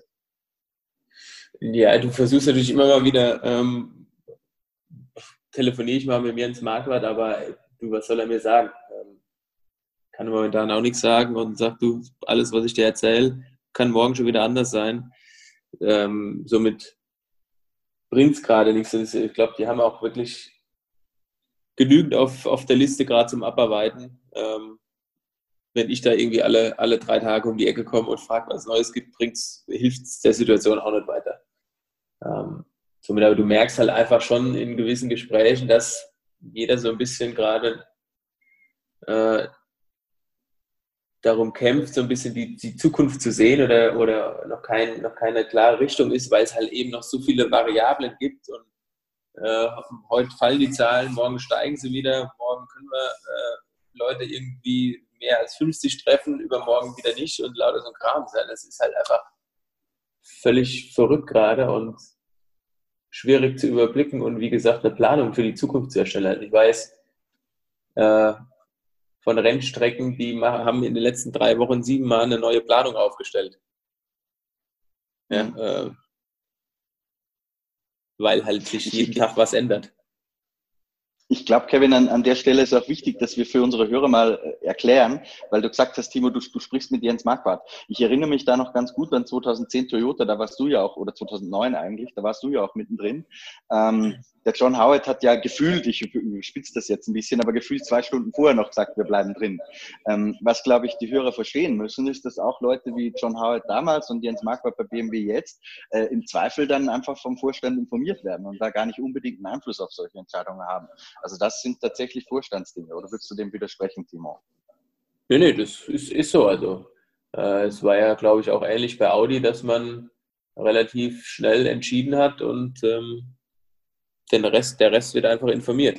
Ja, du versuchst natürlich immer mal wieder, ähm, telefoniere ich mal mit Jens Marquardt, aber du, was soll er mir sagen? Ähm, kann momentan auch nichts sagen und sagt, du, alles, was ich dir erzähle, kann morgen schon wieder anders sein. Ähm, somit bringt es gerade nichts. Ich glaube, die haben auch wirklich genügend auf, auf der Liste gerade zum Abarbeiten. Ähm, wenn ich da irgendwie alle, alle drei Tage um die Ecke komme und frage, was Neues gibt, hilft es der Situation auch nicht weiter. Ähm, somit aber du merkst halt einfach schon in gewissen Gesprächen, dass jeder so ein bisschen gerade äh, darum kämpft, so ein bisschen die, die Zukunft zu sehen oder, oder noch, kein, noch keine klare Richtung ist, weil es halt eben noch so viele Variablen gibt und äh, heute fallen die Zahlen, morgen steigen sie wieder, morgen können wir äh, Leute irgendwie mehr als fünfzig treffen, übermorgen wieder nicht und lauter so ein Kram sein. Das ist halt einfach völlig verrückt gerade und schwierig zu überblicken und wie gesagt eine Planung für die Zukunft zu erstellen. Ich weiß äh, von Rennstrecken, die haben in den letzten drei Wochen siebenmal eine neue Planung aufgestellt. Ja, mhm. äh, weil halt sich jeden Tag was ändert. Ich glaube, Kevin, an, an der Stelle ist auch wichtig, dass wir für unsere Hörer mal äh, erklären, weil du gesagt hast, Timo, du, du sprichst mit Jens Marquardt. Ich erinnere mich da noch ganz gut an zweitausendzehn Toyota, da warst du ja auch, oder zweitausendneun eigentlich, da warst du ja auch mittendrin. Ähm, der John Howard hat ja gefühlt, ich überspitze das jetzt ein bisschen, aber gefühlt zwei Stunden vorher noch gesagt, wir bleiben drin. Ähm, was, glaube ich, die Hörer verstehen müssen, ist, dass auch Leute wie John Howard damals und Jens Marquardt bei B M W jetzt äh, im Zweifel dann einfach vom Vorstand informiert werden und da gar nicht unbedingt einen Einfluss auf solche Entscheidungen haben. Also das sind tatsächlich Vorstandsdinge. Oder würdest du dem widersprechen, Timo? Nee, nee, das ist, ist so. Also äh, es war ja, glaube ich, auch ähnlich bei Audi, dass man relativ schnell entschieden hat und ähm, den Rest, der Rest wird einfach informiert.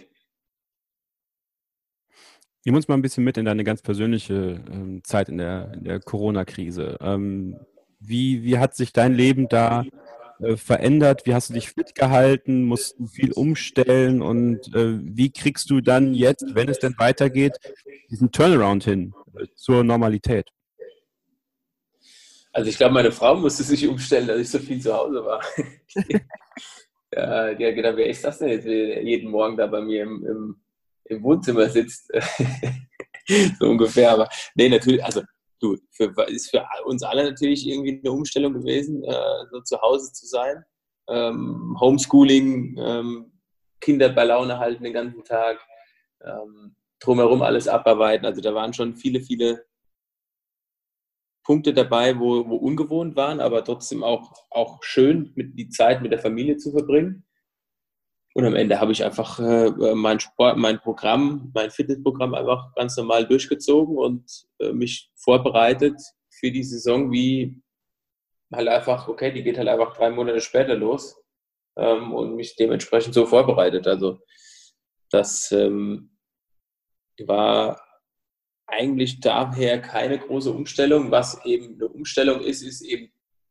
Nimm uns mal ein bisschen mit in deine ganz persönliche ähm, Zeit in der, in der Corona-Krise. Ähm, wie, wie hat sich dein Leben da äh, verändert? Wie hast du dich fit gehalten? Musst du viel umstellen? Und äh, wie kriegst du dann jetzt, wenn es denn weitergeht, diesen Turnaround hin äh, zur Normalität? Also ich glaube, meine Frau musste sich umstellen, dass ich so viel zu Hause war. Ja, die hat gedacht, wer ist das denn jetzt, der jeden Morgen da bei mir im, im, im Wohnzimmer sitzt? So ungefähr. Aber nee, natürlich, also du, für, ist für uns alle natürlich irgendwie eine Umstellung gewesen, äh, so zu Hause zu sein. Ähm, Homeschooling, ähm, Kinder bei Laune halten den ganzen Tag, ähm, drumherum alles abarbeiten. Also da waren schon viele, viele Punkte dabei, wo, wo ungewohnt waren, aber trotzdem auch, auch schön, mit, die Zeit mit der Familie zu verbringen. Und am Ende habe ich einfach äh, mein Sport, mein Programm, mein Fitnessprogramm einfach ganz normal durchgezogen und äh, mich vorbereitet für die Saison, wie halt einfach, okay, die geht halt einfach drei Monate später los ähm, und mich dementsprechend so vorbereitet. Also das ähm, war eigentlich daher keine große Umstellung. Was eben eine Umstellung ist, ist eben,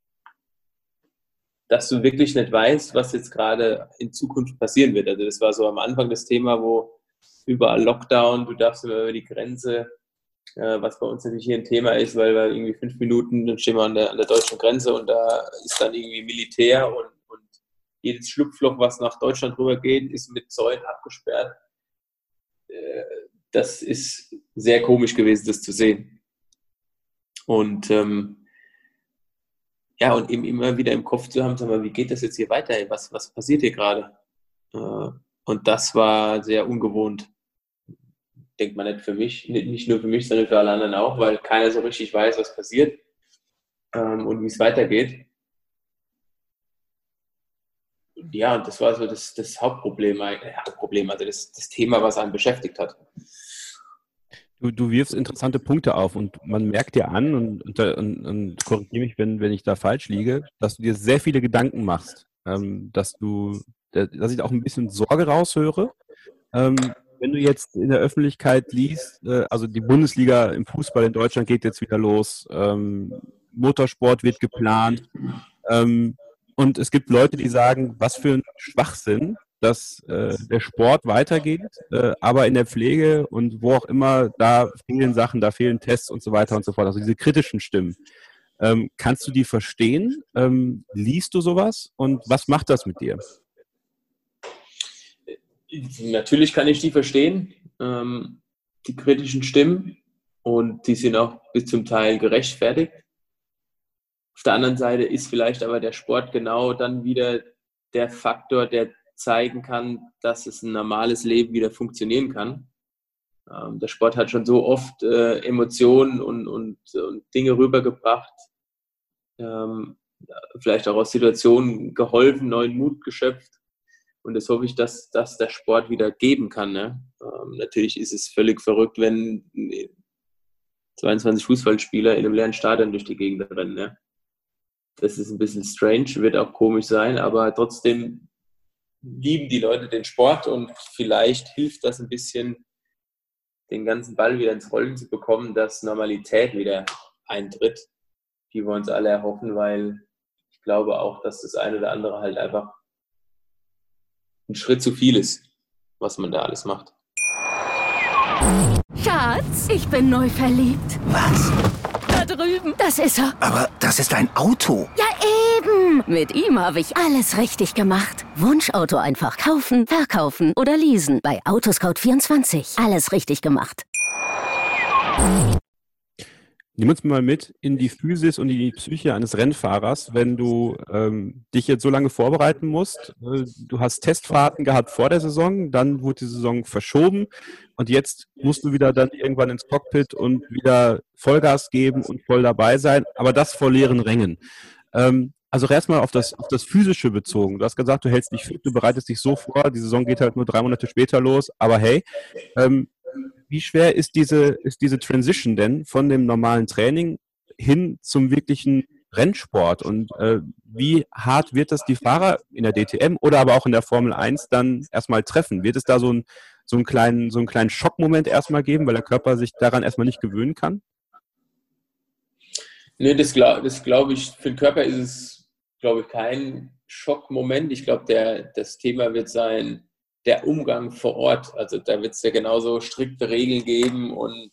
dass du wirklich nicht weißt, was jetzt gerade in Zukunft passieren wird. Also das war so am Anfang das Thema, wo überall Lockdown, du darfst immer über die Grenze, äh, was bei uns natürlich hier ein Thema ist, weil wir irgendwie fünf Minuten, dann stehen wir an der, an der deutschen Grenze und da ist dann irgendwie Militär und, und jedes Schlupfloch, was nach Deutschland rüber geht, ist mit Zäunen abgesperrt. Äh, das ist sehr komisch gewesen, das zu sehen. Und ähm, ja, und eben immer wieder im Kopf zu haben, sag mal, wie geht das jetzt hier weiter? Was, was passiert hier gerade? Äh, und das war sehr ungewohnt. Denkt man nicht für mich, nicht nur für mich, sondern für alle anderen auch, weil keiner so richtig weiß, was passiert ähm, und wie es weitergeht. Ja, und das war so das, das Hauptproblem, äh, Hauptproblem, also das, das Thema, was einen beschäftigt hat. Du, du wirfst interessante Punkte auf und man merkt dir an, und, und, und, und korrigiere mich, wenn, wenn ich da falsch liege, dass du dir sehr viele Gedanken machst, ähm, dass du, dass ich da auch ein bisschen Sorge raushöre. Ähm, wenn du jetzt in der Öffentlichkeit liest, äh, also die Bundesliga im Fußball in Deutschland geht jetzt wieder los, ähm, Motorsport wird geplant, ähm, und es gibt Leute, die sagen, was für ein Schwachsinn, dass äh, der Sport weitergeht, äh, aber in der Pflege und wo auch immer, da fehlen Sachen, da fehlen Tests und so weiter und so fort. Also diese kritischen Stimmen. Ähm, kannst du die verstehen? Ähm, liest du sowas? Und was macht das mit dir? Natürlich kann ich die verstehen, ähm, die kritischen Stimmen. Und die sind auch bis zum Teil gerechtfertigt. Auf der anderen Seite ist vielleicht aber der Sport genau dann wieder der Faktor, der zeigen kann, dass es ein normales Leben wieder funktionieren kann. Ähm, der Sport hat schon so oft äh, Emotionen und, und, und Dinge rübergebracht, ähm, vielleicht auch aus Situationen geholfen, neuen Mut geschöpft. Und das hoffe ich, dass, dass der Sport wieder geben kann. Ne? Ähm, natürlich ist es völlig verrückt, wenn zweiundzwanzig Fußballspieler in einem leeren Stadion durch die Gegend rennen. Ne? Das ist ein bisschen strange, wird auch komisch sein, aber trotzdem lieben die Leute den Sport und vielleicht hilft das ein bisschen, den ganzen Ball wieder ins Rollen zu bekommen, dass Normalität wieder eintritt, die wir uns alle erhoffen, weil ich glaube auch, dass das eine oder andere halt einfach ein Schritt zu viel ist, was man da alles macht. Schatz, ich bin neu verliebt. Was? Da drüben. Das ist er. Aber das ist ein Auto. Ja, eben. Mit ihm habe ich alles richtig gemacht. Wunschauto einfach kaufen, verkaufen oder leasen. Bei Autoscout vierundzwanzig. Alles richtig gemacht. Nimm uns mal mit in die Physis und in die Psyche eines Rennfahrers, wenn du ähm, dich jetzt so lange vorbereiten musst. Du hast Testfahrten gehabt vor der Saison, dann wurde die Saison verschoben und jetzt musst du wieder dann irgendwann ins Cockpit und wieder Vollgas geben und voll dabei sein, aber das vor leeren Rängen. Ähm, also erstmal auf das, auf das Physische bezogen. Du hast gesagt, du hältst dich fit, du bereitest dich so vor, die Saison geht halt nur drei Monate später los, aber hey, ähm, wie schwer ist diese, ist diese Transition denn von dem normalen Training hin zum wirklichen Rennsport? Und äh, wie hart wird das die Fahrer in der D T M oder aber auch in der Formel eins dann erstmal treffen? Wird es da so, ein, so, einen, kleinen, so einen kleinen Schockmoment erstmal geben, weil der Körper sich daran erstmal nicht gewöhnen kann? Nee, das glaube das glaub ich, für den Körper ist es, glaube ich, kein Schockmoment. Ich glaube, der, das Thema wird sein, der Umgang vor Ort, also da wird es ja genauso strikte Regeln geben und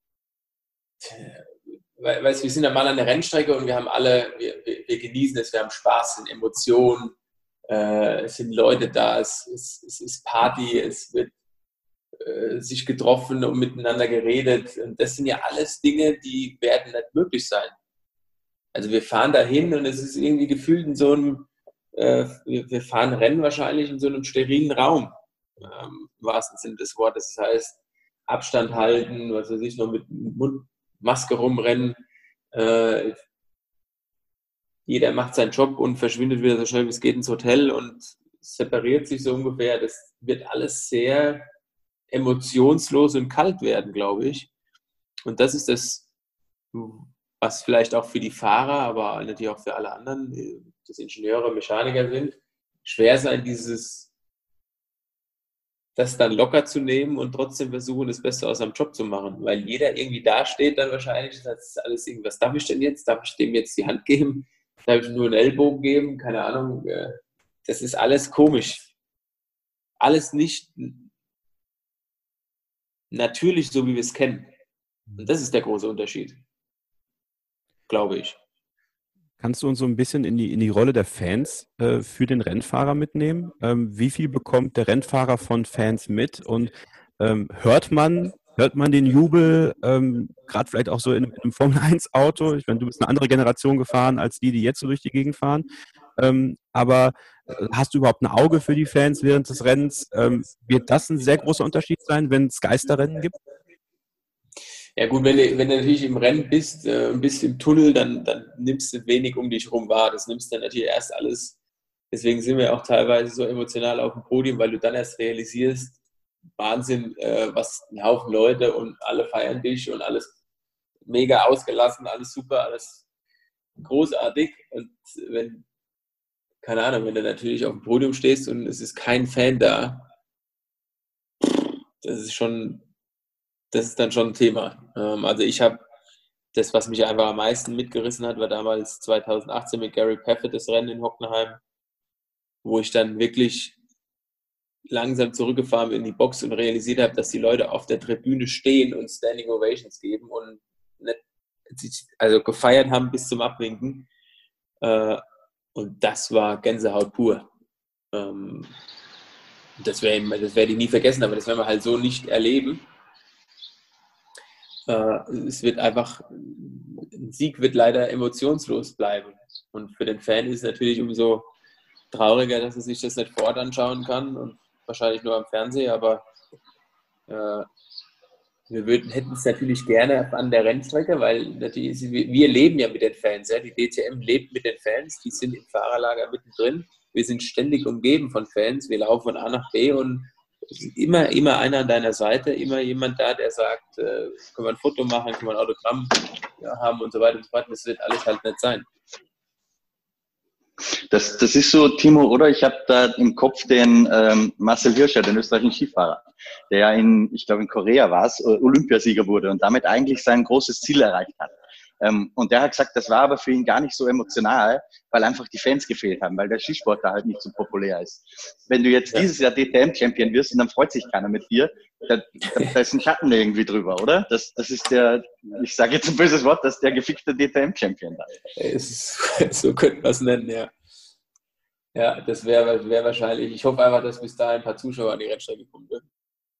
weißt, wir sind ja mal an der Rennstrecke und wir haben alle, wir, wir genießen es, wir haben Spaß, es sind Emotionen, äh, es sind Leute da, es, es, es ist Party, es wird äh, sich getroffen und miteinander geredet und das sind ja alles Dinge, die werden nicht möglich sein. Also wir fahren dahin und es ist irgendwie gefühlt in so einem, äh, wir, wir fahren Rennen wahrscheinlich in so einem sterilen Raum. Ähm, im wahrsten Sinne des Wortes. Das heißt, Abstand halten, was weiß ich, noch mit Mundmaske rumrennen. Äh, jeder macht seinen Job und verschwindet wieder so schnell wie es geht ins Hotel und separiert sich so ungefähr. Das wird alles sehr emotionslos und kalt werden, glaube ich. Und das ist das, was vielleicht auch für die Fahrer, aber natürlich auch für alle anderen, das Ingenieure, Mechaniker sind, schwer sein, dieses das dann locker zu nehmen und trotzdem versuchen, das Beste aus seinem Job zu machen. Weil jeder irgendwie da steht dann wahrscheinlich, das ist alles irgendwie, was darf ich denn jetzt? Darf ich dem jetzt die Hand geben? Darf ich nur einen Ellbogen geben? Keine Ahnung. Das ist alles komisch. Alles nicht natürlich so, wie wir es kennen. Und das ist der große Unterschied. Glaube ich. Kannst du uns so ein bisschen in die, in die Rolle der Fans äh, für den Rennfahrer mitnehmen? Ähm, wie viel bekommt der Rennfahrer von Fans mit? Und ähm, hört man, hört man den Jubel, ähm, gerade vielleicht auch so in, in einem Formel eins Auto? Ich meine, du bist eine andere Generation gefahren als die, die jetzt so durch die Gegend fahren. Ähm, aber äh, hast du überhaupt ein Auge für die Fans während des Rennens? Ähm, wird das ein sehr großer Unterschied sein, wenn es Geisterrennen gibt? Ja gut, wenn du, wenn du natürlich im Rennen bist, äh, bist im Tunnel, dann, dann nimmst du wenig um dich rum wahr. Das nimmst du natürlich erst alles. Deswegen sind wir auch teilweise so emotional auf dem Podium, weil du dann erst realisierst, Wahnsinn, äh, was ein Haufen Leute und alle feiern dich und alles mega ausgelassen, alles super, alles großartig. Und wenn, keine Ahnung, wenn du natürlich auf dem Podium stehst und es ist kein Fan da, das ist schon... Das ist dann schon ein Thema. Also ich habe das, was mich einfach am meisten mitgerissen hat, war damals zweitausendachtzehn mit Gary Paffett das Rennen in Hockenheim, wo ich dann wirklich langsam zurückgefahren bin in die Box und realisiert habe, dass die Leute auf der Tribüne stehen und Standing Ovations geben und nicht, also gefeiert haben bis zum Abwinken. Und das war Gänsehaut pur. Das werde das werd ich nie vergessen, aber das werden wir halt so nicht erleben. äh, es wird einfach, ein Sieg wird leider emotionslos bleiben. Und für den Fan ist es natürlich umso trauriger, dass er sich das nicht vor Ort anschauen kann und wahrscheinlich nur am Fernseher, aber äh, wir würden, hätten es natürlich gerne an der Rennstrecke, weil natürlich, wir leben ja mit den Fans. Ja? Die D T M lebt mit den Fans, die sind im Fahrerlager mittendrin. Wir sind ständig umgeben von Fans. Wir laufen von A nach B und immer, immer einer an deiner Seite, immer jemand da, der sagt, äh, können wir ein Foto machen, können wir ein Autogramm haben und so weiter und so fort. Das wird alles halt nicht sein. Das, das ist so, Timo, oder? Ich habe da im Kopf den ähm, Marcel Hirscher, den österreichischen Skifahrer, der ja in, ich glaube in Korea war es, Olympiasieger wurde und damit eigentlich sein großes Ziel erreicht hat. Ähm, und der hat gesagt, das war aber für ihn gar nicht so emotional, weil einfach die Fans gefehlt haben, weil der Skisport da halt nicht so populär ist. Wenn du jetzt ja. dieses Jahr D T M-Champion wirst und dann freut sich keiner mit dir, da, da, da ist ein Schatten irgendwie drüber, oder? Das, das ist der, ich sage jetzt ein böses Wort, das ist der gefickte D T M-Champion da. So könnte man es nennen, ja. Ja, das wäre wär wahrscheinlich, ich hoffe einfach, dass bis dahin ein paar Zuschauer an die Rennstrecke kommen würden.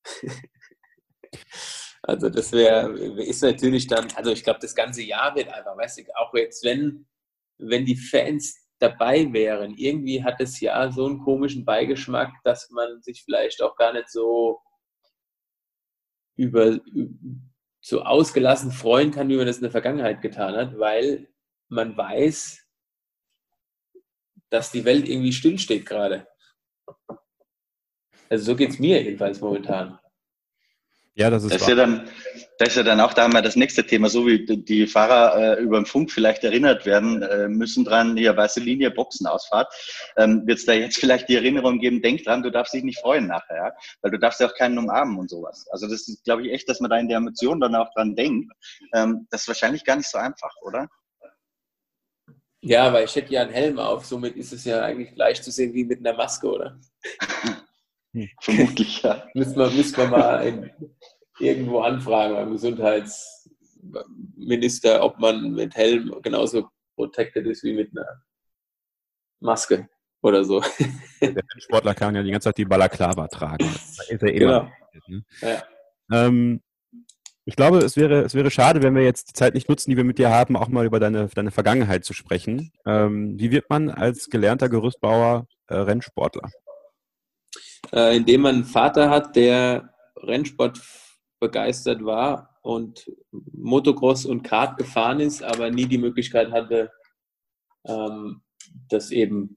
Also das wäre, ist natürlich dann, also ich glaube, das ganze Jahr wird einfach, weißt du, auch jetzt, wenn, wenn die Fans dabei wären, irgendwie hat das Jahr so einen komischen Beigeschmack, dass man sich vielleicht auch gar nicht so über, so ausgelassen freuen kann, wie man das in der Vergangenheit getan hat, weil man weiß, dass die Welt irgendwie stillsteht gerade. Also so geht es mir jedenfalls momentan. Ja, das ist, das ist ja dann, das ist ja dann auch da mal das nächste Thema, so wie die Fahrer äh, über den Funk vielleicht erinnert werden äh, müssen dran, hier weiße Linie, Boxenausfahrt, ähm, wird es da jetzt vielleicht die Erinnerung geben, denk dran, du darfst dich nicht freuen nachher, ja? Weil du darfst ja auch keinen umarmen und sowas. Also das ist, glaube ich, echt, dass man da in der Emotion dann auch dran denkt. Ähm, das ist wahrscheinlich gar nicht so einfach, oder? Ja, weil ich hätte ja einen Helm auf, somit ist es ja eigentlich gleich zu sehen wie mit einer Maske, oder? Vermutlich, ja. Müssen wir, müssen wir mal in, irgendwo anfragen beim Gesundheitsminister, ob man mit Helm genauso protected ist wie mit einer Maske oder so. Der Sportler kann ja die ganze Zeit die Balaklava tragen. Das ist ja genau. Immer, ne? Ja. Ähm, ich glaube, es wäre, es wäre schade, wenn wir jetzt die Zeit nicht nutzen, die wir mit dir haben, auch mal über deine, deine Vergangenheit zu sprechen. Ähm, wie wird man als gelernter Gerüstbauer äh, Rennsportler? Äh, indem man einen Vater hat, der Rennsport begeistert war und Motocross und Kart gefahren ist, aber nie die Möglichkeit hatte, ähm, das eben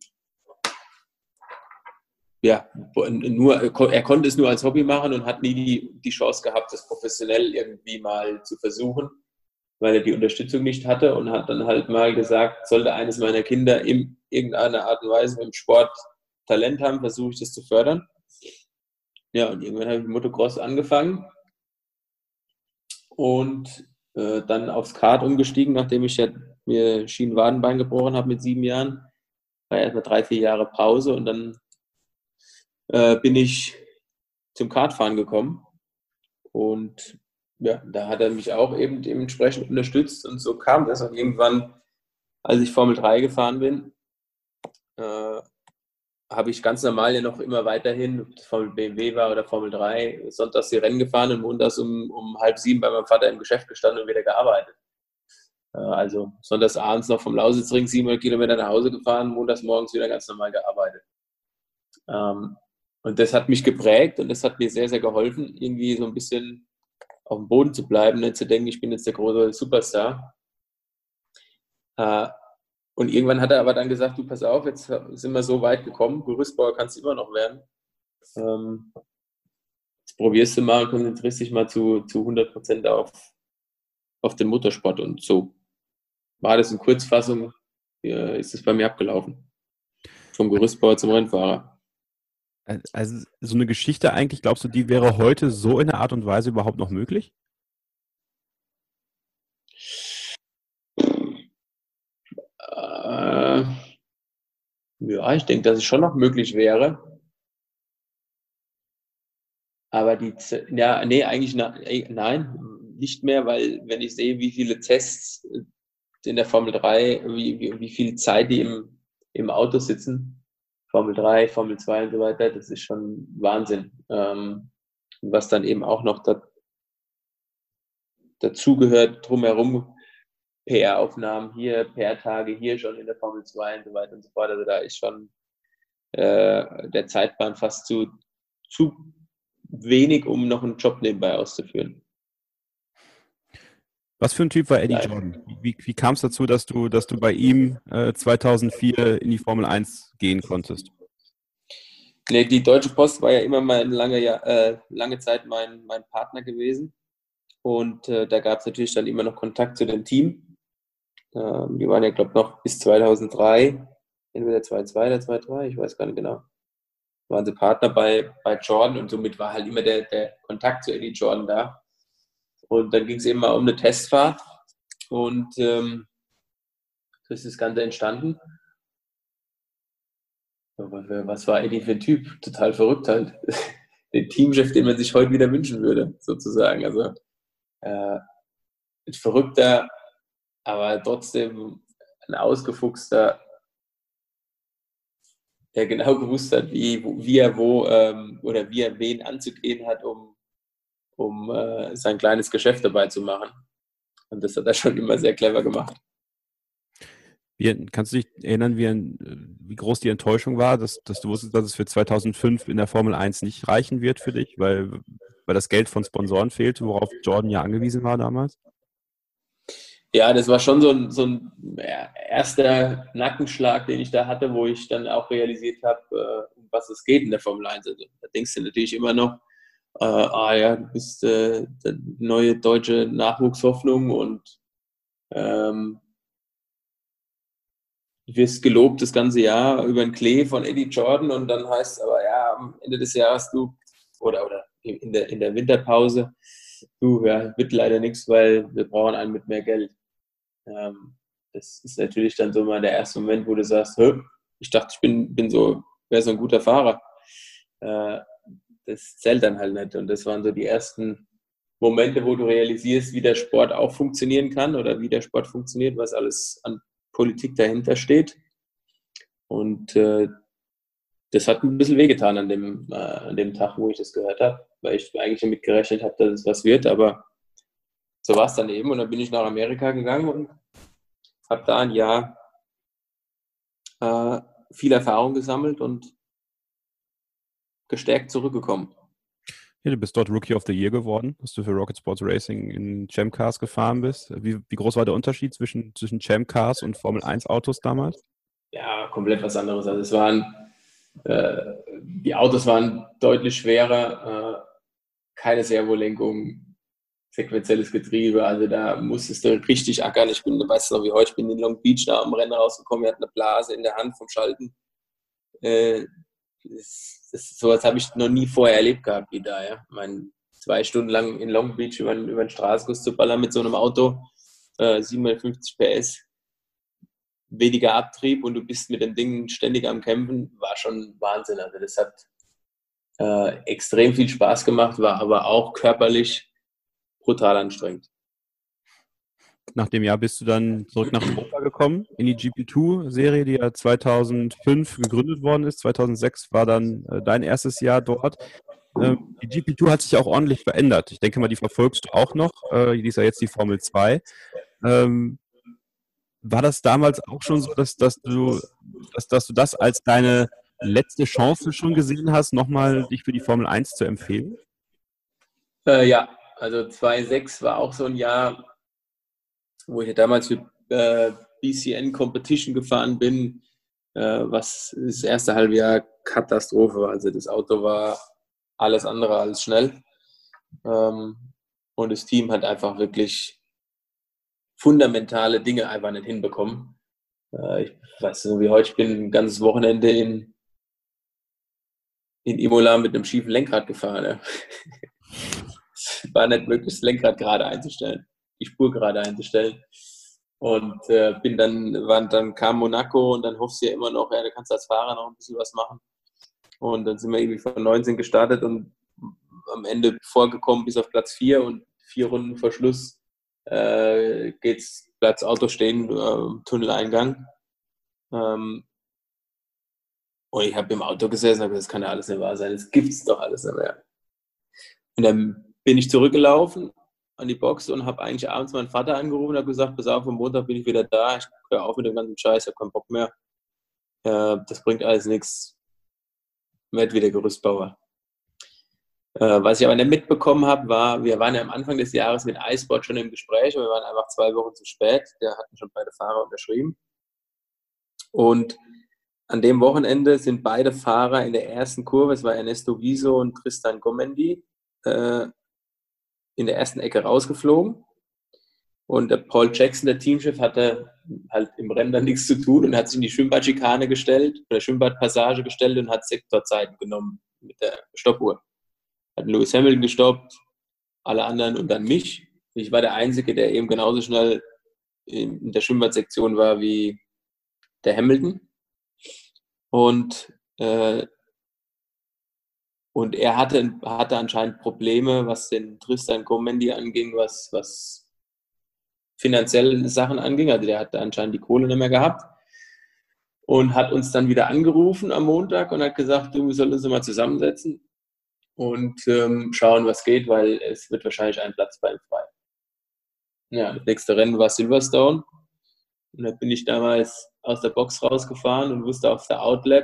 ja, nur, er konnte es nur als Hobby machen und hat nie die, die Chance gehabt, das professionell irgendwie mal zu versuchen, weil er die Unterstützung nicht hatte und hat dann halt mal gesagt, sollte eines meiner Kinder in irgendeiner Art und Weise im Sport Talent haben, versuche ich das zu fördern. Ja, und irgendwann habe ich mit Motocross angefangen und äh, dann aufs Kart umgestiegen, nachdem ich ja mir Schienenwadenbein gebrochen habe mit sieben Jahren. War erstmal drei, vier Jahre Pause und dann äh, bin ich zum Kartfahren gekommen. Und ja, da hat er mich auch eben dementsprechend unterstützt und so kam das. Und irgendwann, als ich Formel drei gefahren bin, äh, habe ich ganz normal ja noch immer weiterhin, ob das Formel B M W war oder Formel drei, sonntags die Rennen gefahren und montags um, um halb sieben bei meinem Vater im Geschäft gestanden und wieder gearbeitet. Äh, also sonntags abends noch vom Lausitzring siebenhundert Kilometer nach Hause gefahren, montags morgens wieder ganz normal gearbeitet. Ähm, und das hat mich geprägt und das hat mir sehr, sehr geholfen, irgendwie so ein bisschen auf dem Boden zu bleiben, nicht zu denken, ich bin jetzt der große Superstar. Äh, Und irgendwann hat er aber dann gesagt, du pass auf, jetzt sind wir so weit gekommen, Gerüstbauer kannst du immer noch werden. Ähm, jetzt probierst du mal und konzentrierst dich mal zu, zu hundert Prozent auf, auf den Motorsport. Und so war das in Kurzfassung, äh, ist es bei mir abgelaufen. Vom Gerüstbauer zum Rennfahrer. Also so eine Geschichte eigentlich, glaubst du, die wäre heute so in der Art und Weise überhaupt noch möglich? Äh, ja, ich denke, dass es schon noch möglich wäre. Aber die, ja, nee, eigentlich na, nein, nicht mehr, weil wenn ich sehe, wie viele Tests in der Formel drei, wie, wie, wie viel Zeit die im, im Auto sitzen, Formel drei, Formel zwei und so weiter, das ist schon Wahnsinn. Ähm, was dann eben auch noch da, dazugehört, drumherum P R-Aufnahmen hier, P R-Tage hier schon in der Formel zwei und so weiter und so fort. Also da ist schon äh, der Zeitplan fast zu, zu wenig, um noch einen Job nebenbei auszuführen. Was für ein Typ war Eddie Jordan? Wie, wie kam es dazu, dass du, dass du bei ihm äh, zweitausendvier in die Formel eins gehen konntest? Nee, die Deutsche Post war ja immer mal lange, äh, lange Zeit mein, mein Partner gewesen. Und äh, da gab es natürlich dann immer noch Kontakt zu dem Team. Ähm, die waren ja, glaube ich, noch bis zweitausenddrei, entweder zwei Komma zwei oder zwei Komma drei, ich weiß gar nicht genau. Waren sie Partner bei, bei Jordan und somit war halt immer der, der Kontakt zu Eddie Jordan da. Und dann ging es eben mal um eine Testfahrt und ähm, so ist das Ganze entstanden. Aber was war Eddie für ein Typ? Total verrückt halt. Den Teamchef, den man sich heute wieder wünschen würde, sozusagen. Also äh, ein verrückter, aber trotzdem ein ausgefuchster, der genau gewusst hat, wie, wie er wo ähm, oder wie er wen anzugehen hat, um, um äh, sein kleines Geschäft dabei zu machen. Und das hat er schon immer sehr clever gemacht. Wie, kannst du dich erinnern, wie, wie groß die Enttäuschung war, dass, dass du wusstest, dass es für zweitausendfünf in der Formel eins nicht reichen wird für dich, weil, weil das Geld von Sponsoren fehlte, worauf Jordan ja angewiesen war damals? Ja, das war schon so ein, so ein erster Nackenschlag, den ich da hatte, wo ich dann auch realisiert habe, um was es geht in der Formel eins. Also, da denkst du natürlich immer noch, äh, ah ja, du bist äh, die neue deutsche Nachwuchshoffnung und ähm, du wirst gelobt das ganze Jahr über den Klee von Eddie Jordan und dann heißt es aber, ja, am Ende des Jahres du, oder, oder in der, in der Winterpause, du, ja, wird leider nichts, weil wir brauchen einen mit mehr Geld. Ähm, das ist natürlich dann so mal der erste Moment, wo du sagst, ich dachte, ich bin, bin so, wäre so ein guter Fahrer. Äh, das zählt dann halt nicht. Und das waren so die ersten Momente, wo du realisierst, wie der Sport auch funktionieren kann oder wie der Sport funktioniert, was alles an Politik dahinter steht. Und äh, das hat ein bisschen wehgetan an dem, äh, an dem Tag, wo ich das gehört habe, weil ich eigentlich damit gerechnet habe, dass es was wird, aber so war es dann eben. Und dann bin ich nach Amerika gegangen und habe da ein Jahr äh, viel Erfahrung gesammelt und gestärkt zurückgekommen. Ja, du bist dort Rookie of the Year geworden, dass du für Rocket Sports Racing in Champ Cars gefahren bist. Wie, wie groß war der Unterschied zwischen, zwischen Champ Cars und Formel eins Autos damals? Ja, komplett was anderes. Also es waren, äh, die Autos waren deutlich schwerer, äh, keine Servolenkung, sequenzielles Getriebe, also da musstest du richtig ackern. Ich bin, weißt du noch wie heute, ich bin in Long Beach da am Rennen rausgekommen, wir hatten eine Blase in der Hand vom Schalten. Äh, das, das, sowas habe ich noch nie vorher erlebt gehabt wie da, ja. Ich meine, zwei Stunden lang in Long Beach über, über den Straßenguss zu ballern mit so einem Auto, äh, siebenhundertfünfzig P S, weniger Abtrieb und du bist mit dem Ding ständig am Kämpfen, war schon Wahnsinn. Also das hat äh, extrem viel Spaß gemacht, war aber auch körperlich brutal anstrengend. Nach dem Jahr bist du dann zurück nach Europa gekommen, in die G P zwei Serie, die ja zweitausendfünf gegründet worden ist. zweitausendsechs war dann äh, dein erstes Jahr dort. Ähm, die G P zwei hat sich auch ordentlich verändert. Ich denke mal, die verfolgst du auch noch. Äh, die ist ja jetzt die Formel zwei. Ähm, war das damals auch schon so, dass, dass, du, dass, dass du das als deine letzte Chance schon gesehen hast, nochmal dich für die Formel eins zu empfehlen? Äh, ja, also zweitausendsechs war auch so ein Jahr, wo ich damals für äh, B C N Competition gefahren bin, äh, was das erste halbe Jahr Katastrophe war. Also das Auto war alles andere als schnell. Ähm, und das Team hat einfach wirklich fundamentale Dinge einfach nicht hinbekommen. Äh, ich weiß nicht, wie heute, ich bin ein ganzes Wochenende in, in Imola mit einem schiefen Lenkrad gefahren. Ja. Es war nicht möglich, das Lenkrad gerade einzustellen, die Spur gerade einzustellen. Und äh, bin dann, war, dann kam Monaco und dann hoffst du ja immer noch, ja, du kannst als Fahrer noch ein bisschen was machen. Und dann sind wir irgendwie von neunzehn gestartet und am Ende vorgekommen bis auf Platz vier und vier Runden vor Schluss äh, geht's, bleibt's Auto stehen, äh, Tunneleingang. Ähm, und ich habe im Auto gesessen und habe gesagt, das kann ja alles nicht wahr sein, das gibt's doch alles nicht mehr. Und dann bin ich zurückgelaufen, an die Box und habe eigentlich abends meinen Vater angerufen und habe gesagt, pass auf, am Montag bin ich wieder da, ich höre auf mit dem ganzen Scheiß, ich habe keinen Bock mehr. Äh, das bringt alles nichts. Ich werde wieder Gerüstbauer. Äh, was ich aber nicht mitbekommen habe, war, wir waren ja am Anfang des Jahres mit iSport schon im Gespräch und wir waren einfach zwei Wochen zu spät. Da hatten schon beide Fahrer unterschrieben. Und an dem Wochenende sind beide Fahrer in der ersten Kurve, es war Ernesto Viso und Tristan Gomendi, äh, in der ersten Ecke rausgeflogen. Und der Paul Jackson, der Teamchef, hatte halt im Rennen dann nichts zu tun und hat sich in die Schwimmbadschikane gestellt, oder Schwimmbadpassage gestellt und hat Sektorzeiten genommen mit der Stoppuhr. Hat Lewis Hamilton gestoppt, alle anderen und dann mich. Ich war der Einzige, der eben genauso schnell in der Schwimmbadsektion war wie der Hamilton. Und, äh, und er hatte, hatte anscheinend Probleme, was den Tristan Gomendi anging, was, was finanzielle Sachen anging. Also der hatte anscheinend die Kohle nicht mehr gehabt. Und hat uns dann wieder angerufen am Montag und hat gesagt, du, wir sollen uns mal zusammensetzen und ähm, schauen, was geht, weil es wird wahrscheinlich ein Platz bei ihm frei. Ja, das nächste Rennen war Silverstone. Und da bin ich damals aus der Box rausgefahren und wusste auf der Outlap,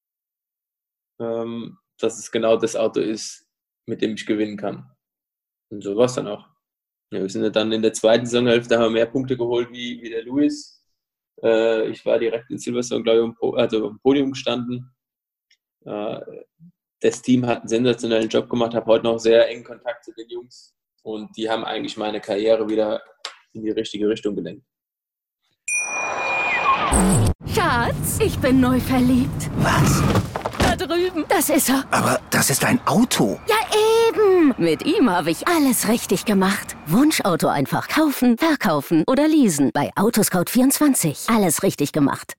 ähm, dass es genau das Auto ist, mit dem ich gewinnen kann. Und so war es dann auch. Ja, wir sind ja dann in der zweiten Saisonhälfte, haben wir mehr Punkte geholt wie, wie der Lewis. Äh, ich war direkt in Silverstone, glaube ich, um, also am Podium gestanden. Äh, das Team hat einen sensationellen Job gemacht, habe heute noch sehr engen Kontakt zu den Jungs. Und die haben eigentlich meine Karriere wieder in die richtige Richtung gelenkt. Schatz, ich bin neu verliebt. Was? Da drüben. Das ist er. Aber das ist ein Auto. Ja, eben. Mit ihm habe ich alles richtig gemacht. Wunschauto einfach kaufen, verkaufen oder leasen. Bei Autoscout vierundzwanzig. Alles richtig gemacht.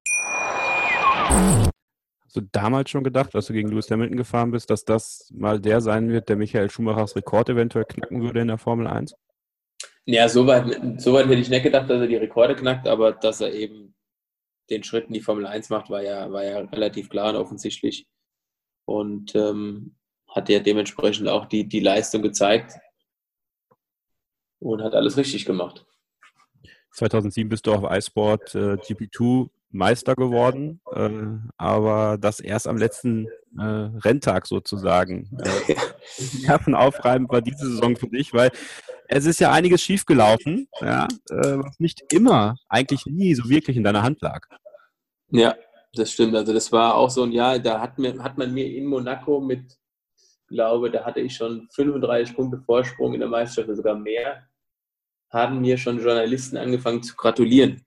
Hast du damals schon gedacht, als du gegen Lewis Hamilton gefahren bist, dass das mal der sein wird, der Michael Schumachers Rekord eventuell knacken würde in der Formel eins? Ja, soweit so weit hätte ich nicht gedacht, dass er die Rekorde knackt, aber dass er eben den Schritt in die Formel eins macht, war ja, war ja relativ klar und offensichtlich. Und ähm, hat ja dementsprechend auch die, die Leistung gezeigt und hat alles richtig gemacht. zweitausendsieben bist du auf iSport äh, G P zwei Meister geworden, äh, aber das erst am letzten äh, Renntag sozusagen. Äh, nervenaufreibend war diese Saison für dich, weil es ist ja einiges schiefgelaufen, ja, äh, was nicht immer, eigentlich nie so wirklich in deiner Hand lag. Ja, das stimmt. Also das war auch so ein Jahr, da hat, mir, hat man mir in Monaco mit, glaube, da hatte ich schon fünfunddreißig Punkte Vorsprung in der Meisterschaft, oder sogar mehr, haben mir schon Journalisten angefangen zu gratulieren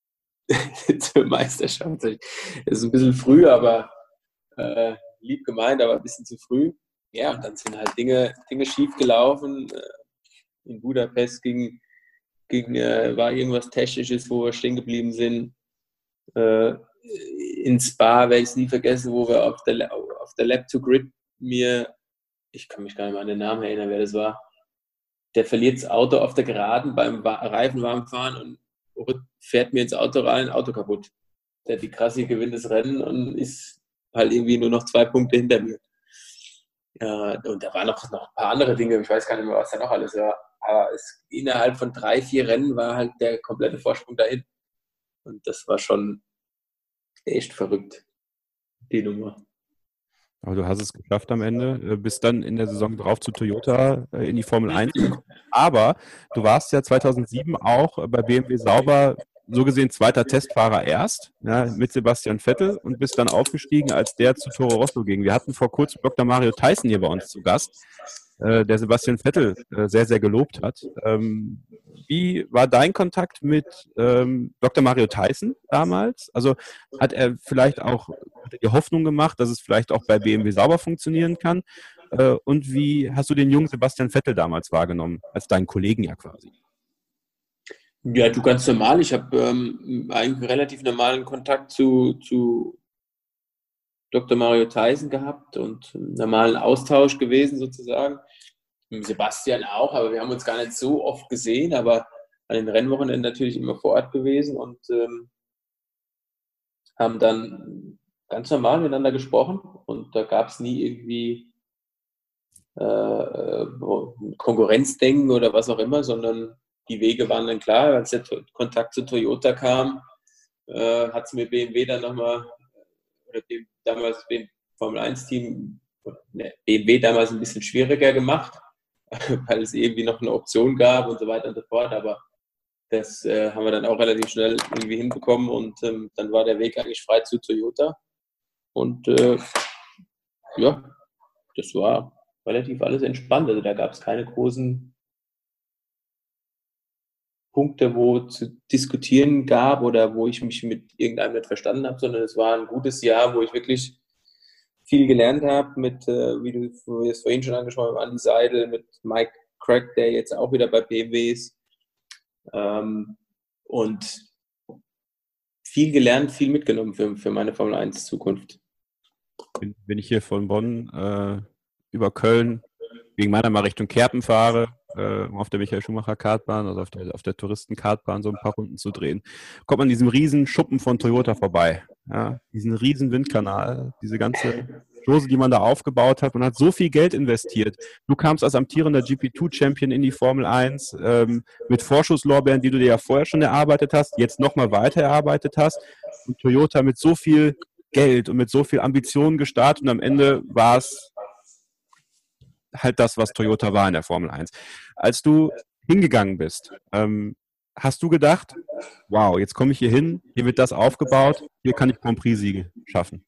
zur Meisterschaft. Das ist ein bisschen früh, aber äh, lieb gemeint, aber ein bisschen zu früh. Ja, und dann sind halt Dinge, Dinge schief gelaufen. In Budapest ging, ging, äh, war irgendwas Technisches, wo wir stehen geblieben sind. Äh, in Spa werde ich es nie vergessen, wo wir auf der, auf der Lap to Grid mir, ich kann mich gar nicht mehr an den Namen erinnern, wer das war, der verliert das Auto auf der Geraden beim Reifen warm fahren und fährt mir ins Auto rein, Auto kaputt. Der die Krassi gewinnt das Rennen und ist halt irgendwie nur noch zwei Punkte hinter mir. Ja, und da waren noch, noch ein paar andere Dinge, ich weiß gar nicht mehr, was da noch alles war. Aber es, innerhalb von drei, vier Rennen war halt der komplette Vorsprung dahin. Und das war schon echt verrückt, die Nummer. Aber du hast es geschafft am Ende, bist dann in der Saison drauf zu Toyota in die Formel eins gekommen. Aber du warst ja zweitausendsieben auch bei B M W Sauber so gesehen zweiter Testfahrer erst, ja, mit Sebastian Vettel und bist dann aufgestiegen, als der zu Toro Rosso ging. Wir hatten vor kurzem Doktor Mario Tyson hier bei uns zu Gast, äh, der Sebastian Vettel äh, sehr, sehr gelobt hat. Ähm, wie war dein Kontakt mit ähm, Doktor Mario Tyson damals? Also hat er vielleicht auch die Hoffnung gemacht, dass es vielleicht auch bei B M W Sauber funktionieren kann? Äh, und wie hast du den jungen Sebastian Vettel damals wahrgenommen, als deinen Kollegen ja quasi? Ja, du ganz normal. Ich habe ähm, eigentlich einen relativ normalen Kontakt zu, zu Doktor Mario Tyson gehabt und einen normalen Austausch gewesen sozusagen. Mit Sebastian auch, aber wir haben uns gar nicht so oft gesehen, aber an den Rennwochenenden natürlich immer vor Ort gewesen und ähm, haben dann ganz normal miteinander gesprochen und da gab es nie irgendwie äh, Konkurrenzdenken oder was auch immer, sondern die Wege waren dann klar. Als der Kontakt zu Toyota kam, äh, hat es mir B M W dann nochmal, oder dem, damals dem Formel eins Team, ne, B M W damals ein bisschen schwieriger gemacht, weil es irgendwie noch eine Option gab und so weiter und so fort, aber das äh, haben wir dann auch relativ schnell irgendwie hinbekommen und ähm, dann war der Weg eigentlich frei zu Toyota und äh, ja, das war relativ alles entspannt, also da gab es keine großen Punkte, wo zu diskutieren gab oder wo ich mich mit irgendeinem nicht verstanden habe, sondern es war ein gutes Jahr, wo ich wirklich viel gelernt habe mit, äh, wie du wie es vorhin schon angesprochen hast, Andi Seidel, mit Mike Crack, der jetzt auch wieder bei B M W ist. Ähm, und viel gelernt, viel mitgenommen für, für meine Formel eins Zukunft. Wenn, wenn ich hier von Bonn äh, über Köln wegen meiner mal Richtung Kerpen fahre, äh, um auf der Michael Schumacher Kartbahn, also auf der, auf der Touristenkartbahn so ein paar Runden zu drehen, kommt man an diesem riesen Schuppen von Toyota vorbei. Ja, diesen riesen Windkanal, diese ganze Chose, die man da aufgebaut hat. Man hat so viel Geld investiert. Du kamst als amtierender G P zwei Champion in die Formel eins ähm, mit Vorschusslorbeeren, die du dir ja vorher schon erarbeitet hast, jetzt nochmal weiter erarbeitet hast. Und Toyota mit so viel Geld und mit so viel Ambitionen gestartet und am Ende war es halt das, was Toyota war in der Formel eins. Als du hingegangen bist, ähm, hast du gedacht, wow, jetzt komme ich hier hin, hier wird das aufgebaut, hier kann ich Grand Prix-Siege schaffen?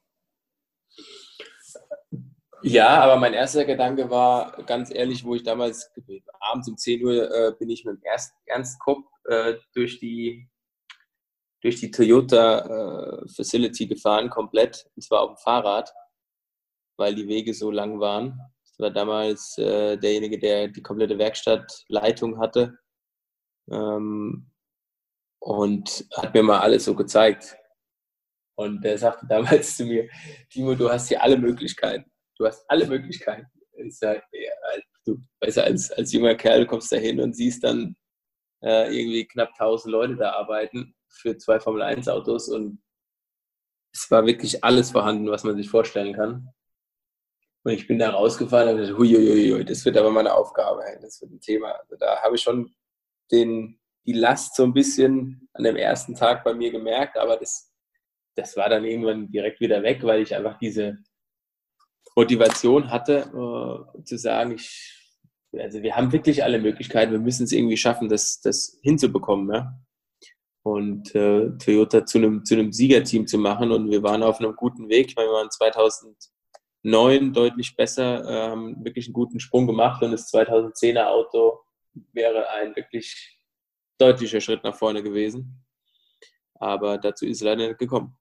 Ja, aber mein erster Gedanke war, ganz ehrlich, wo ich damals, abends um zehn Uhr äh, bin ich mit dem Ernst Kopp äh, durch die durch die Toyota äh, Facility gefahren, komplett, und zwar auf dem Fahrrad, weil die Wege so lang waren. Das war damals äh, derjenige, der die komplette Werkstattleitung hatte ähm, und hat mir mal alles so gezeigt. Und er sagte damals zu mir, Timo, du hast hier alle Möglichkeiten. Du hast alle Möglichkeiten. Ich sage, ja, du weißt, als, als junger Kerl kommst da hin und siehst dann äh, irgendwie knapp tausend Leute da arbeiten für zwei Formel eins Autos und es war wirklich alles vorhanden, was man sich vorstellen kann. Und ich bin da rausgefahren und gesagt, huiuiui, das wird aber meine Aufgabe, das wird ein Thema. Also da habe ich schon den, die Last so ein bisschen an dem ersten Tag bei mir gemerkt, aber das, das war dann irgendwann direkt wieder weg, weil ich einfach diese Motivation hatte, uh, zu sagen, ich, also wir haben wirklich alle Möglichkeiten, wir müssen es irgendwie schaffen, das, das hinzubekommen, ja. Und äh, Toyota zu einem, zu einem Siegerteam zu machen und wir waren auf einem guten Weg. Ich meine, wir waren zweitausendneun deutlich besser, äh, haben wirklich einen guten Sprung gemacht und das zweitausendzehner Auto wäre ein wirklich deutlicher Schritt nach vorne gewesen. Aber dazu ist es leider nicht gekommen.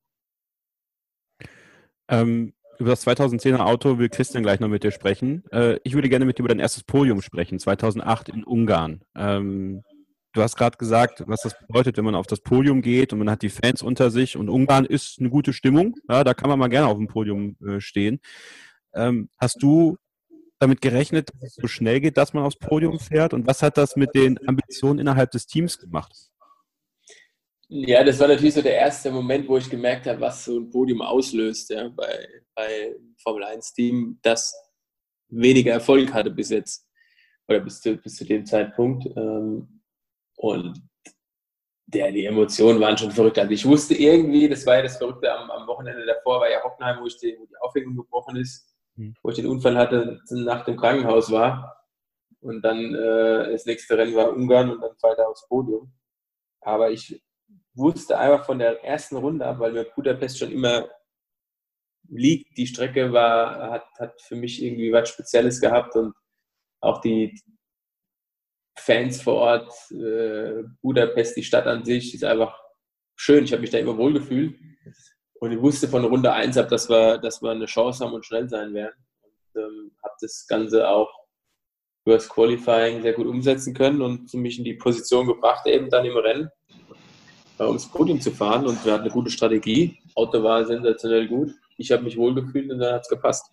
Ähm, über das zweitausendzehner Auto will Christian gleich noch mit dir sprechen. Äh, ich würde gerne mit dir über dein erstes Podium sprechen, zweitausendacht in Ungarn. Ähm, du hast gerade gesagt, was das bedeutet, wenn man auf das Podium geht und man hat die Fans unter sich und Ungarn ist eine gute Stimmung. Ja, da kann man mal gerne auf dem Podium äh, stehen. Ähm, hast du damit gerechnet, dass es so schnell geht, dass man aufs Podium fährt? Und was hat das mit den Ambitionen innerhalb des Teams gemacht? Ja, das war natürlich so der erste Moment, wo ich gemerkt habe, was so ein Podium auslöst, ja, bei, bei Formel eins Team, das weniger Erfolg hatte bis jetzt oder bis zu, bis zu dem Zeitpunkt. Ähm, und der, die Emotionen waren schon verrückt. Also ich wusste irgendwie, das war ja das Verrückte am, am Wochenende davor, war ja Hockenheim, wo, ich die, wo die Aufhängung gebrochen ist, mhm. wo ich den Unfall hatte, nach dem Krankenhaus war. Und dann äh, das nächste Rennen war Ungarn und dann weiter aufs Podium. Aber ich wusste einfach von der ersten Runde ab, weil mir Budapest schon immer liegt. Die Strecke war, hat, hat für mich irgendwie was Spezielles gehabt und auch die Fans vor Ort, äh, Budapest, die Stadt an sich, ist einfach schön. Ich habe mich da immer wohl gefühlt und ich wusste von Runde eins ab, dass wir, dass wir eine Chance haben und schnell sein werden. Und ähm, habe das Ganze auch über das Qualifying sehr gut umsetzen können und mich in die Position gebracht, eben dann im Rennen, ums Podium zu fahren und wir hatten eine gute Strategie. Auto war sensationell gut. Ich habe mich wohlgefühlt und dann hat es gepasst.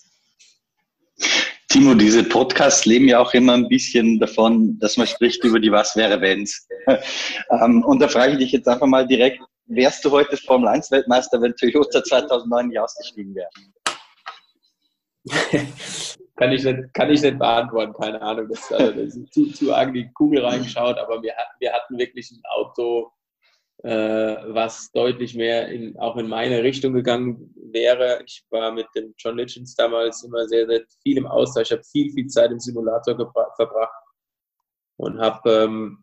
Timo, diese Podcasts leben ja auch immer ein bisschen davon, dass man spricht über die Was-wäre-wenns. Und da frage ich dich jetzt einfach mal direkt, wärst du heute Formel eins Weltmeister, wenn Toyota zweitausendneun nicht ausgestiegen wäre? kann, ich nicht, kann ich nicht beantworten, keine Ahnung. Das, also, das ist zu, zu arg in die Kugel reingeschaut, aber wir, wir hatten wirklich ein Auto, äh, was deutlich mehr in, auch in meine Richtung gegangen wäre. Ich war mit dem John Litchens damals immer sehr, sehr viel im Austausch. Ich habe viel, viel Zeit im Simulator gebra- verbracht und habe ähm,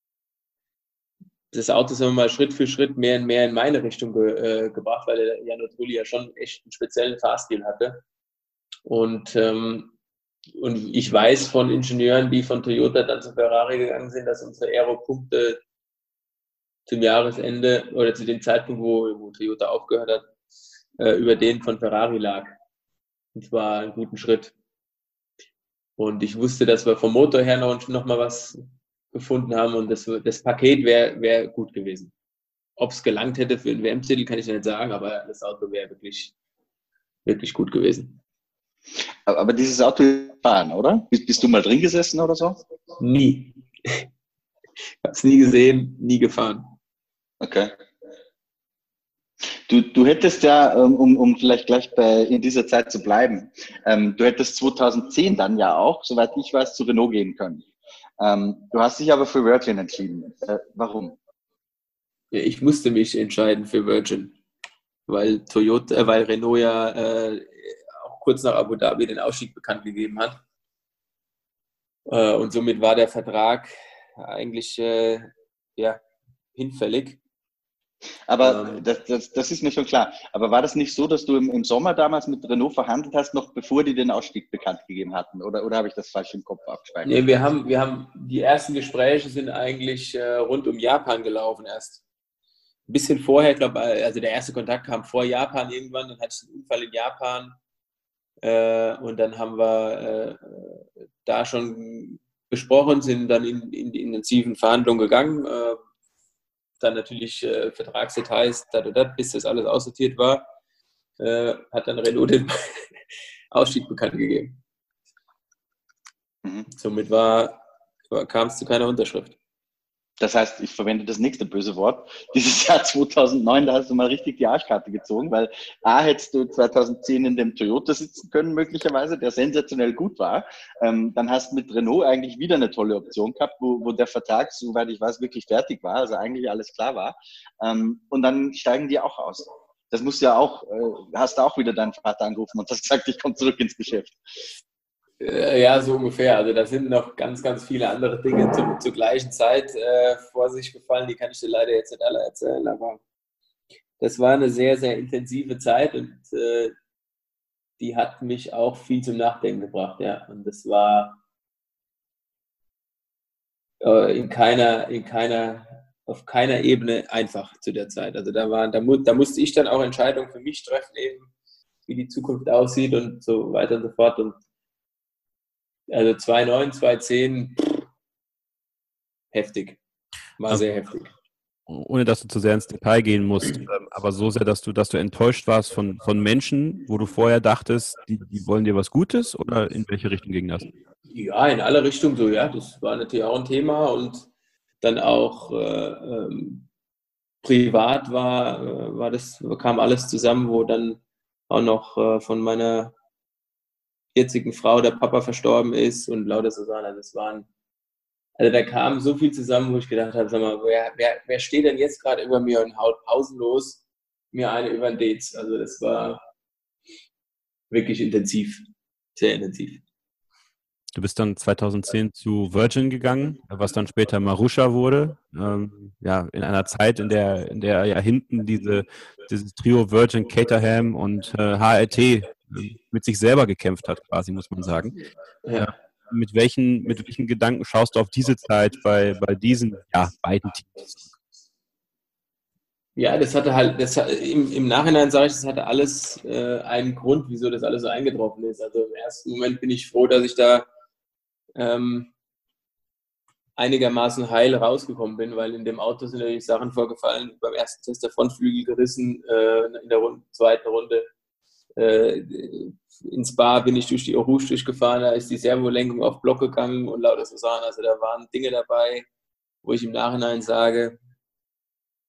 das Auto, sagen wir mal, Schritt für Schritt mehr und mehr in meine Richtung ge, äh, gebracht, weil der Jarno Trulli ja schon echt einen speziellen Fahrstil hatte. Und, ähm, und ich weiß von Ingenieuren, die von Toyota dann zu Ferrari gegangen sind, dass unsere Aero-Punkte zum Jahresende oder zu dem Zeitpunkt, wo, wo Toyota aufgehört hat, äh, über den von Ferrari lag. Und zwar einen guten Schritt. Und ich wusste, dass wir vom Motor her noch, noch mal was gefunden haben und das, das Paket wäre wär gut gewesen. Ob es gelangt hätte für einen W M-Titel, kann ich nicht sagen, aber das Auto wäre wirklich, wirklich gut gewesen. Aber, aber dieses Auto fahren, oder? Bist, bist du mal drin gesessen oder so? Nie. Ich habe es nie gesehen, nie gefahren. Okay. Du, du hättest ja, um, um vielleicht gleich bei, in dieser Zeit zu bleiben, ähm, du hättest zweitausendzehn dann ja auch, soweit ich weiß, zu Renault gehen können. Ähm, du hast dich aber für Virgin entschieden. Äh, warum? Ja, ich musste mich entscheiden für Virgin, weil Toyota, äh, weil Renault ja äh, auch kurz nach Abu Dhabi den Ausstieg bekannt gegeben hat. Äh, und somit war der Vertrag eigentlich äh, ja, hinfällig. Aber Ähm, das, das, das ist mir schon klar. Aber war das nicht so, dass du im, im Sommer damals mit Renault verhandelt hast, noch bevor die den Ausstieg bekannt gegeben hatten? Oder, oder habe ich das falsch im Kopf abgespeichert? nee, wir haben, wir haben, die ersten Gespräche sind eigentlich äh, rund um Japan gelaufen erst. Ein bisschen vorher, ich glaube, also der erste Kontakt kam vor Japan irgendwann, dann hatte ich einen Unfall in Japan äh, und dann haben wir äh, da schon besprochen, sind dann in, in die intensiven Verhandlungen gegangen. Äh, dann natürlich äh, Vertragsdetails, da, da, da, bis das alles aussortiert war, äh, hat dann Renault den Ausstieg bekannt gegeben. Mhm. Somit war, war, kam es zu keiner Unterschrift. Das heißt, ich verwende das nächste böse Wort. Dieses Jahr zweitausendneun, da hast du mal richtig die Arschkarte gezogen, weil A, hättest du zweitausendzehn in dem Toyota sitzen können, möglicherweise, der sensationell gut war. Ähm, dann hast du mit Renault eigentlich wieder eine tolle Option gehabt, wo, wo der Vertrag, soweit ich weiß, wirklich fertig war, also eigentlich alles klar war. Ähm, und dann steigen die auch aus. Das musst du ja auch, äh, hast du auch wieder deinen Vater angerufen und hast gesagt, ich komme zurück ins Geschäft. Ja, so ungefähr. Also da sind noch ganz, ganz viele andere Dinge zu, zur gleichen Zeit äh, vor sich gefallen. Die kann ich dir leider jetzt nicht alle erzählen, aber das war eine sehr, sehr intensive Zeit und äh, die hat mich auch viel zum Nachdenken gebracht. Ja, und das war äh, in keiner, in keiner, auf keiner Ebene einfach zu der Zeit. Also da war, da, mu- da musste ich dann auch Entscheidungen für mich treffen, eben wie die Zukunft aussieht und so weiter und so fort. Und also zweitausendneun, zweitausendzehn, pff, heftig. War Also, sehr heftig. ohne dass du zu sehr ins Detail gehen musst, ähm, aber so sehr, dass du, dass du enttäuscht warst von, von Menschen, wo du vorher dachtest, die, die wollen dir was Gutes, oder in welche Richtung ging das? Ja, in alle Richtungen so, ja. Das war natürlich auch ein Thema und dann auch äh, ähm, privat war, äh, war das, kam alles zusammen, wo dann auch noch äh, von meiner jetzigen Frau der Papa verstorben ist und lauter so Sachen. Also es waren, also da kam so viel zusammen, wo ich gedacht habe, sag mal, wer, wer, wer steht denn jetzt gerade über mir und haut pausenlos mir eine über den Dates? Also das war wirklich intensiv, sehr intensiv. Du bist dann zweitausendzehn zu Virgin gegangen, was dann später Marussia wurde. Ähm, ja, in einer Zeit, in der, in der ja hinten diese, dieses Trio Virgin, Caterham und äh, H R T äh, mit sich selber gekämpft hat, quasi, muss man sagen. Ja. Äh, mit welchen, mit welchen Gedanken schaust du auf diese Zeit bei, bei diesen ja, beiden Teams? Ja, das hatte halt, das, im, im Nachhinein sage ich, das hatte alles äh, einen Grund, wieso das alles so eingetroffen ist. Also im ersten Moment bin ich froh, dass ich da ähm, einigermaßen heil rausgekommen bin, weil in dem Auto sind natürlich Sachen vorgefallen. Beim ersten Test der Frontflügel gerissen, äh, in der Runde, zweiten Runde. Äh, ins Spa bin ich durch die Eau Rouge durchgefahren, da ist die Servolenkung auf Block gegangen und lauter so Sachen. Also da waren Dinge dabei, wo ich im Nachhinein sage,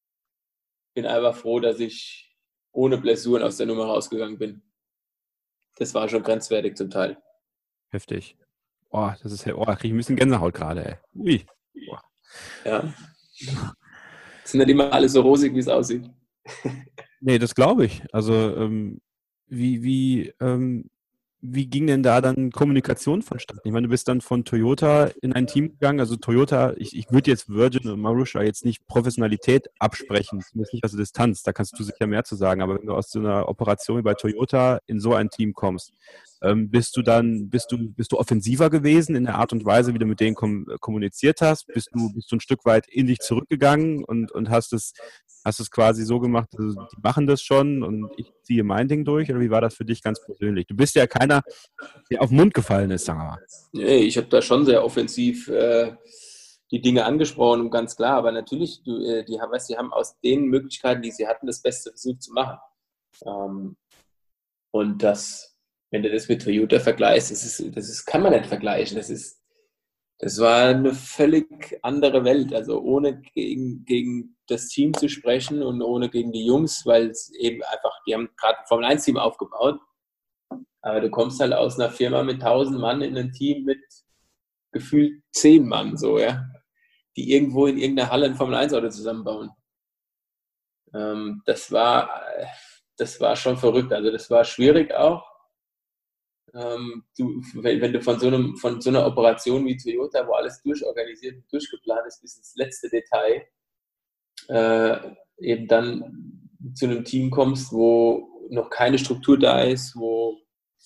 bin einfach froh, dass ich ohne Blessuren aus der Nummer rausgegangen bin. das war schon grenzwertig zum Teil. Heftig. Oh, das ist, oh, da kriege ich ein bisschen Gänsehaut gerade, ey. Ui. Oh. Ja. Es sind nicht immer alles so rosig, wie es aussieht. Nee, das glaube ich. Also, ähm, wie, wie, ähm, wie ging denn da dann Kommunikation vonstatten? Ich meine, du bist dann von Toyota in ein Team gegangen. Also Toyota, ich, ich würde jetzt Virgin und Marussia jetzt nicht Professionalität absprechen, zumindest nicht aus der Distanz, da kannst du sicher mehr zu sagen. Aber wenn du aus so einer Operation wie bei Toyota in so ein Team kommst, ähm, bist du dann, bist du, bist du offensiver gewesen in der Art und Weise, wie du mit denen kom- kommuniziert hast? Bist du, bist du ein Stück weit in dich zurückgegangen und, und hast es Hast du es quasi so gemacht, also die machen das schon und ich ziehe mein Ding durch? Oder wie war das für dich ganz persönlich? Du bist ja keiner, der auf den Mund gefallen ist, sagen wir mal. Nee, ich habe da schon sehr offensiv äh, die Dinge angesprochen und ganz klar. Aber natürlich, du, äh, die, weißt, die haben aus den Möglichkeiten, die sie hatten, das Beste versucht zu machen. Ähm, und das, wenn du das mit Toyota vergleichst, das, ist, das ist, kann man nicht vergleichen. Das ist Das war eine völlig andere Welt, also ohne gegen, gegen das Team zu sprechen und ohne gegen die Jungs, weil es eben einfach, die haben gerade ein Formel eins Team aufgebaut, aber du kommst halt aus einer Firma mit tausend Mann in ein Team mit gefühlt zehn Mann, so, ja, die irgendwo in irgendeiner Halle ein Formel eins Auto zusammenbauen. Ähm, das war, das war schon verrückt, also das war schwierig auch. Ähm, du, wenn du von so, einem, von so einer Operation wie Toyota, wo alles durchorganisiert und durchgeplant ist bis ins letzte Detail, äh, eben dann zu einem Team kommst, wo noch keine Struktur da ist, wo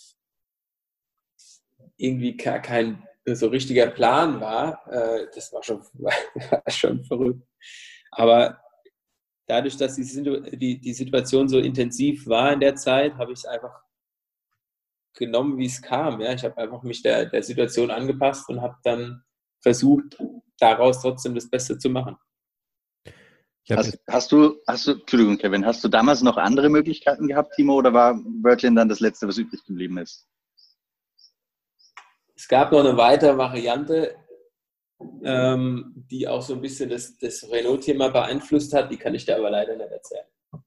irgendwie gar kein so richtiger Plan war, äh, das war schon, war schon verrückt. Aber dadurch, dass die, die, die Situation so intensiv war in der Zeit, habe ich es einfach genommen, wie es kam. Ja? Ich habe einfach mich der, der Situation angepasst und habe dann versucht, daraus trotzdem das Beste zu machen. Hast, hast du, hast du, Entschuldigung, Kevin, hast du damals noch andere Möglichkeiten gehabt, Timo, oder war Virgin dann das Letzte, was übrig geblieben ist? Es gab noch eine weitere Variante, ähm, die auch so ein bisschen das, das Renault-Thema beeinflusst hat, die kann ich dir aber leider nicht erzählen.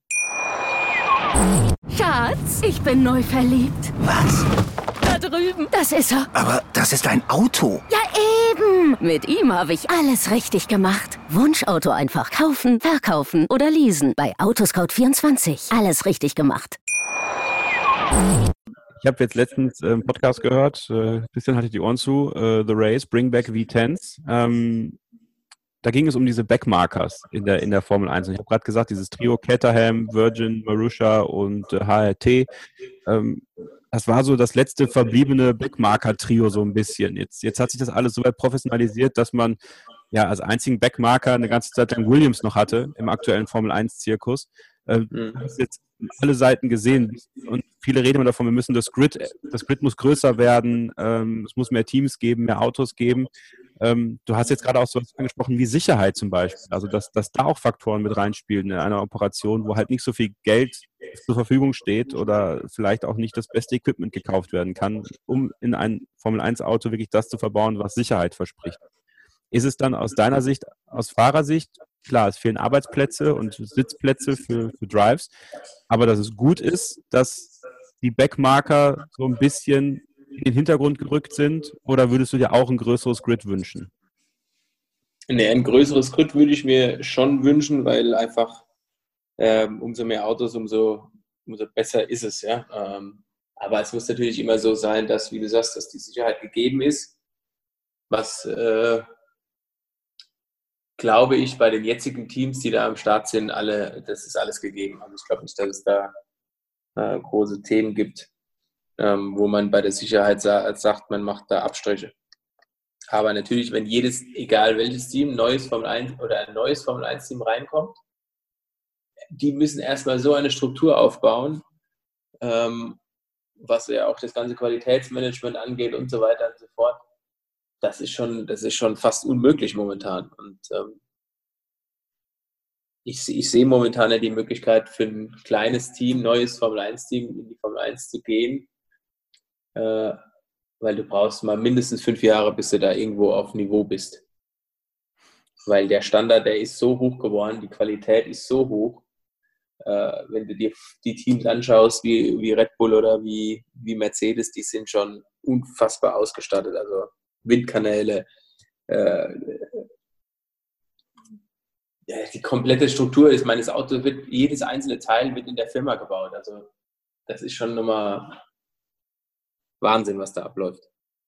Schatz, ich bin neu verliebt. Was? Da drüben. Das ist er. Aber das ist ein Auto. Ja, eben. Mit ihm habe ich alles richtig gemacht. Wunschauto einfach kaufen, verkaufen oder leasen. Bei Autoscout vierundzwanzig. Alles richtig gemacht. Ich habe jetzt letztens äh, einen Podcast gehört, äh, ein bisschen hatte ich die Ohren zu, äh, The Race, Bring Back V zehns. Ähm, da ging es um diese Backmarkers in der, in der Formel eins. Und ich habe gerade gesagt, dieses Trio Caterham, Virgin, Marussia und äh, H R T, ähm, das war so das letzte verbliebene Backmarker-Trio so ein bisschen. Jetzt, jetzt hat sich das alles so weit professionalisiert, dass man ja als einzigen Backmarker eine ganze Zeit lang Williams noch hatte im aktuellen Formel eins Zirkus. Äh, mhm. Du hast jetzt alle Seiten gesehen und viele reden immer davon, wir müssen das Grid, das Grid muss größer werden, ähm, es muss mehr Teams geben, mehr Autos geben. Ähm, du hast jetzt gerade auch so was angesprochen wie Sicherheit zum Beispiel, also dass, dass da auch Faktoren mit reinspielen in einer Operation, wo halt nicht so viel Geld zur Verfügung steht oder vielleicht auch nicht das beste Equipment gekauft werden kann, um in ein Formel eins Auto wirklich das zu verbauen, was Sicherheit verspricht. Ist es dann aus deiner Sicht, aus Fahrersicht, klar, es fehlen Arbeitsplätze und Sitzplätze für, für Drives, aber dass es gut ist, dass die Backmarker so ein bisschen in den Hintergrund gerückt sind, oder würdest du dir auch ein größeres Grid wünschen? Nee, ein größeres Grid würde ich mir schon wünschen, weil einfach ähm, umso mehr Autos, umso, umso besser ist es. Ja. Ähm, aber es muss natürlich immer so sein, dass, wie du sagst, dass die Sicherheit gegeben ist, was äh, glaube ich, bei den jetzigen Teams, die da am Start sind, alle, das ist alles gegeben. Also ich glaube nicht, dass es da äh, große Themen gibt, ähm, wo man bei der Sicherheit sa- sagt, man macht da Abstriche. Aber natürlich, wenn jedes, egal welches Team, neues Formel eins oder ein neues Formel eins Team reinkommt, die müssen erstmal so eine Struktur aufbauen, ähm, was ja auch das ganze Qualitätsmanagement angeht und so weiter und so fort. Das ist schon, das ist schon fast unmöglich momentan. Und ähm, ich, ich sehe momentan ja die Möglichkeit für ein kleines Team, neues Formel eins Team in die Formel eins zu gehen, äh, weil du brauchst mal mindestens fünf Jahre, bis du da irgendwo auf Niveau bist. Weil der Standard, der ist so hoch geworden, die Qualität ist so hoch, äh, wenn du dir die Teams anschaust, wie, wie Red Bull oder wie, wie Mercedes, die sind schon unfassbar ausgestattet. Also Windkanäle, äh, ja, die komplette Struktur ist, meines Autos wird, jedes einzelne Teil wird in der Firma gebaut. Also das ist schon nochmal Wahnsinn, was da abläuft.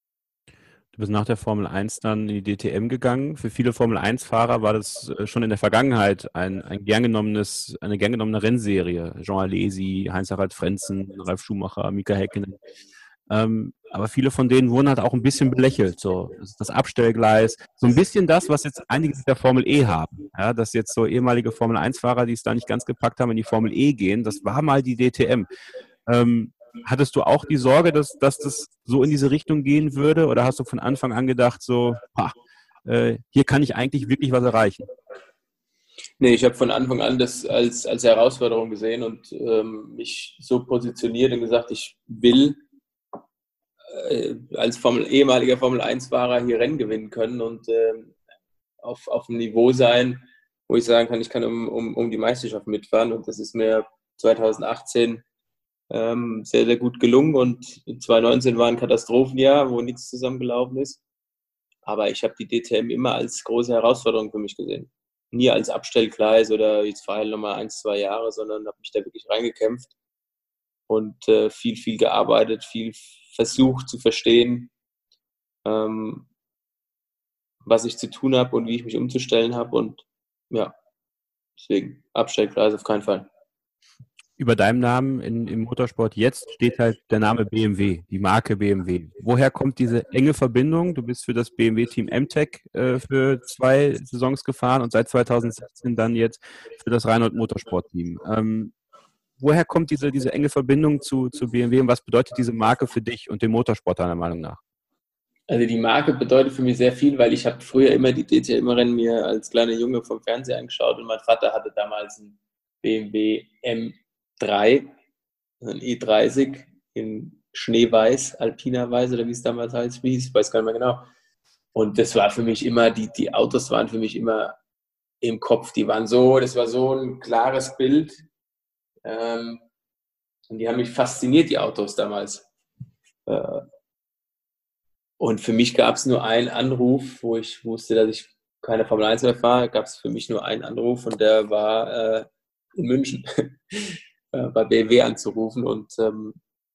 Du bist nach der Formel eins dann in die D T M gegangen. Für viele Formel eins Fahrer war das schon in der Vergangenheit ein, ein gern genommenes, eine gern genommene Rennserie. Jean Alesi, Heinz-Harald Frentzen, Ralf Schumacher, Mika Häkkinen. Ähm, aber viele von denen wurden halt auch ein bisschen belächelt. So das, das Abstellgleis, so ein bisschen das, was jetzt einige der Formel E haben. Ja, dass jetzt so ehemalige Formel eins Fahrer, die es da nicht ganz gepackt haben, in die Formel E gehen. Das war mal die D T M. Ähm, Hattest du auch die Sorge, dass, dass das so in diese Richtung gehen würde? Oder hast du von Anfang an gedacht, so, pah, äh, hier kann ich eigentlich wirklich was erreichen? Nee, ich habe von Anfang an das als, als Herausforderung gesehen und ähm, mich so positioniert und gesagt, ich will äh, als Formel, ehemaliger Formel eins Fahrer hier Rennen gewinnen können und äh, auf, auf einem Niveau sein, wo ich sagen kann, ich kann um, um, um die Meisterschaft mitfahren. Und das ist mir zwanzig achtzehn Ähm, sehr, sehr gut gelungen und zwanzig neunzehn war ein Katastrophenjahr, wo nichts zusammengelaufen ist. Aber ich habe die D T M immer als große Herausforderung für mich gesehen. Nie als Abstellgleis oder jetzt fahre ich nochmal ein, zwei Jahre, sondern habe mich da wirklich reingekämpft und äh, viel, viel gearbeitet, viel versucht zu verstehen, ähm, was ich zu tun habe und wie ich mich umzustellen habe. Und ja, deswegen Abstellgleis auf keinen Fall. Über deinem Namen in, im Motorsport jetzt steht halt der Name B M W, die Marke B M W. Woher kommt diese enge Verbindung? Du bist für das B M W-Team M-Tech äh, für zwei Saisons gefahren und seit zwanzig sechzehn dann jetzt für das Rheinland Motorsport-Team. Ähm, woher kommt diese, diese enge Verbindung zu, zu B M W und was bedeutet diese Marke für dich und den Motorsport deiner Meinung nach? Also die Marke bedeutet für mich sehr viel, weil ich habe früher immer die D T M-Rennen mir als kleiner Junge vom Fernseher angeschaut und mein Vater hatte damals ein B M W M drei, ein E dreißig in Schneeweiß, Alpina-Weiß oder wie es damals heißt, wie hieß, ich weiß gar nicht mehr genau. Und das war für mich immer, die, die Autos waren für mich immer im Kopf. Die waren so, das war so ein klares Bild. Ähm, und die haben mich fasziniert, die Autos damals. Äh, und für mich gab es nur einen Anruf, wo ich wusste, dass ich keine Formel eins mehr fahre, gab es für mich nur einen Anruf und der war äh, in München. bei B M W anzurufen und ähm,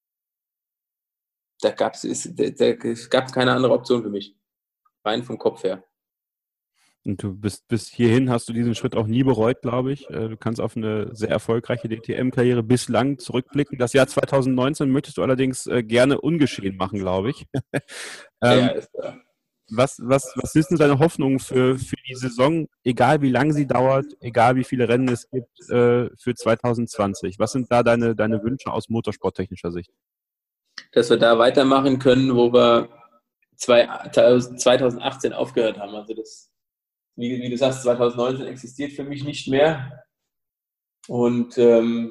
da gab es da, da gab keine andere Option für mich, rein vom Kopf her. Und du bist bis hierhin, hast du diesen Schritt auch nie bereut, glaube ich. Du kannst auf eine sehr erfolgreiche D T M-Karriere bislang zurückblicken. Das Jahr zwanzig neunzehn möchtest du allerdings gerne ungeschehen machen, glaube ich. ähm, ja, ist, ja. Was, was, was sind denn deine Hoffnungen für, für die Saison, egal wie lang sie dauert, egal wie viele Rennen es gibt, äh, für zwanzig zwanzig? Was sind da deine, deine Wünsche aus motorsporttechnischer Sicht? Dass wir da weitermachen können, wo wir zwanzig achtzehn aufgehört haben. Also das, wie, wie du sagst, zwanzig neunzehn existiert für mich nicht mehr. Und ähm,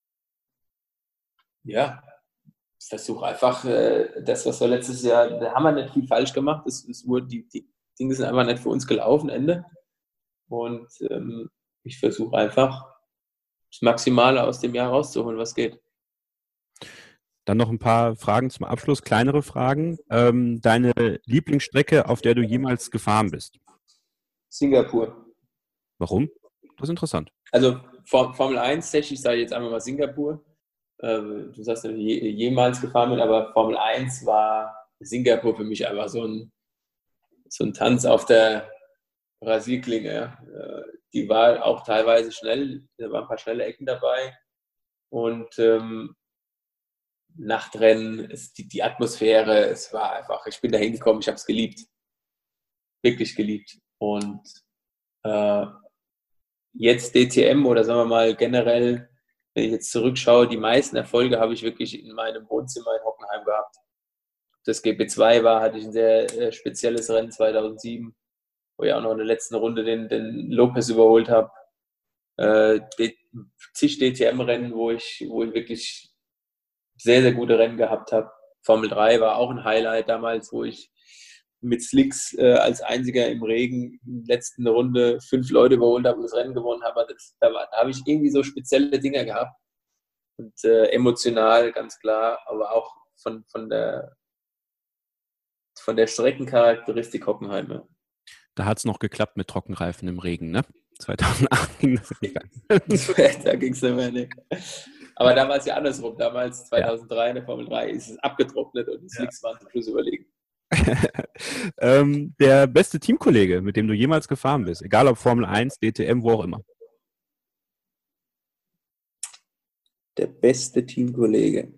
ja, ich versuche einfach, äh, das, was wir letztes Jahr, da haben wir nicht viel falsch gemacht. Es, es wurde, die, die Dinge sind einfach nicht für uns gelaufen, Ende. Und ähm, ich versuche einfach, das Maximale aus dem Jahr rauszuholen, was geht. Dann noch ein paar Fragen zum Abschluss, kleinere Fragen. Ähm, deine Lieblingsstrecke, auf der du jemals gefahren bist? Singapur. Warum? Das ist interessant. Also Formel eins, technisch sage ich jetzt einmal mal Singapur. Du sagst, dass ich jemals gefahren bin, aber Formel eins war Singapur für mich einfach so ein, so ein Tanz auf der Rasierklinge. Die war auch teilweise schnell, da waren ein paar schnelle Ecken dabei und ähm, Nachtrennen, es, die, die Atmosphäre, es war einfach, ich bin da hingekommen, ich habe es geliebt. Wirklich geliebt. Und äh, jetzt D T M oder sagen wir mal generell, wenn ich jetzt zurückschaue, die meisten Erfolge habe ich wirklich in meinem Wohnzimmer in Hockenheim gehabt. Das G P zwei war, hatte ich ein sehr äh, spezielles Rennen zweitausendsieben, wo ich auch noch in der letzten Runde den, den Lopez überholt habe. Äh, zig D T M-Rennen, wo ich, wo ich wirklich sehr, sehr gute Rennen gehabt habe. Formel drei war auch ein Highlight damals, wo ich mit Slicks äh, als einziger im Regen in der letzten Runde fünf Leute überholt habe und das Rennen gewonnen habe. Das, da da habe ich irgendwie so spezielle Dinge gehabt. Und äh, emotional, ganz klar, aber auch von, von, der, von der Streckencharakteristik Hockenheim. Ja. Da hat es noch geklappt mit Trockenreifen im Regen, ne? zweitausendacht ging das nicht ganz. Da ging es nicht mehr, ne. Aber damals ja andersrum. Damals, zweitausenddrei ja. in der Formel drei, ist es abgetrocknet und die Slicks ja. waren zum Schluss überlegen. ähm, der beste Teamkollege, mit dem du jemals gefahren bist, egal ob Formel eins, D T M, wo auch immer. Der beste Teamkollege.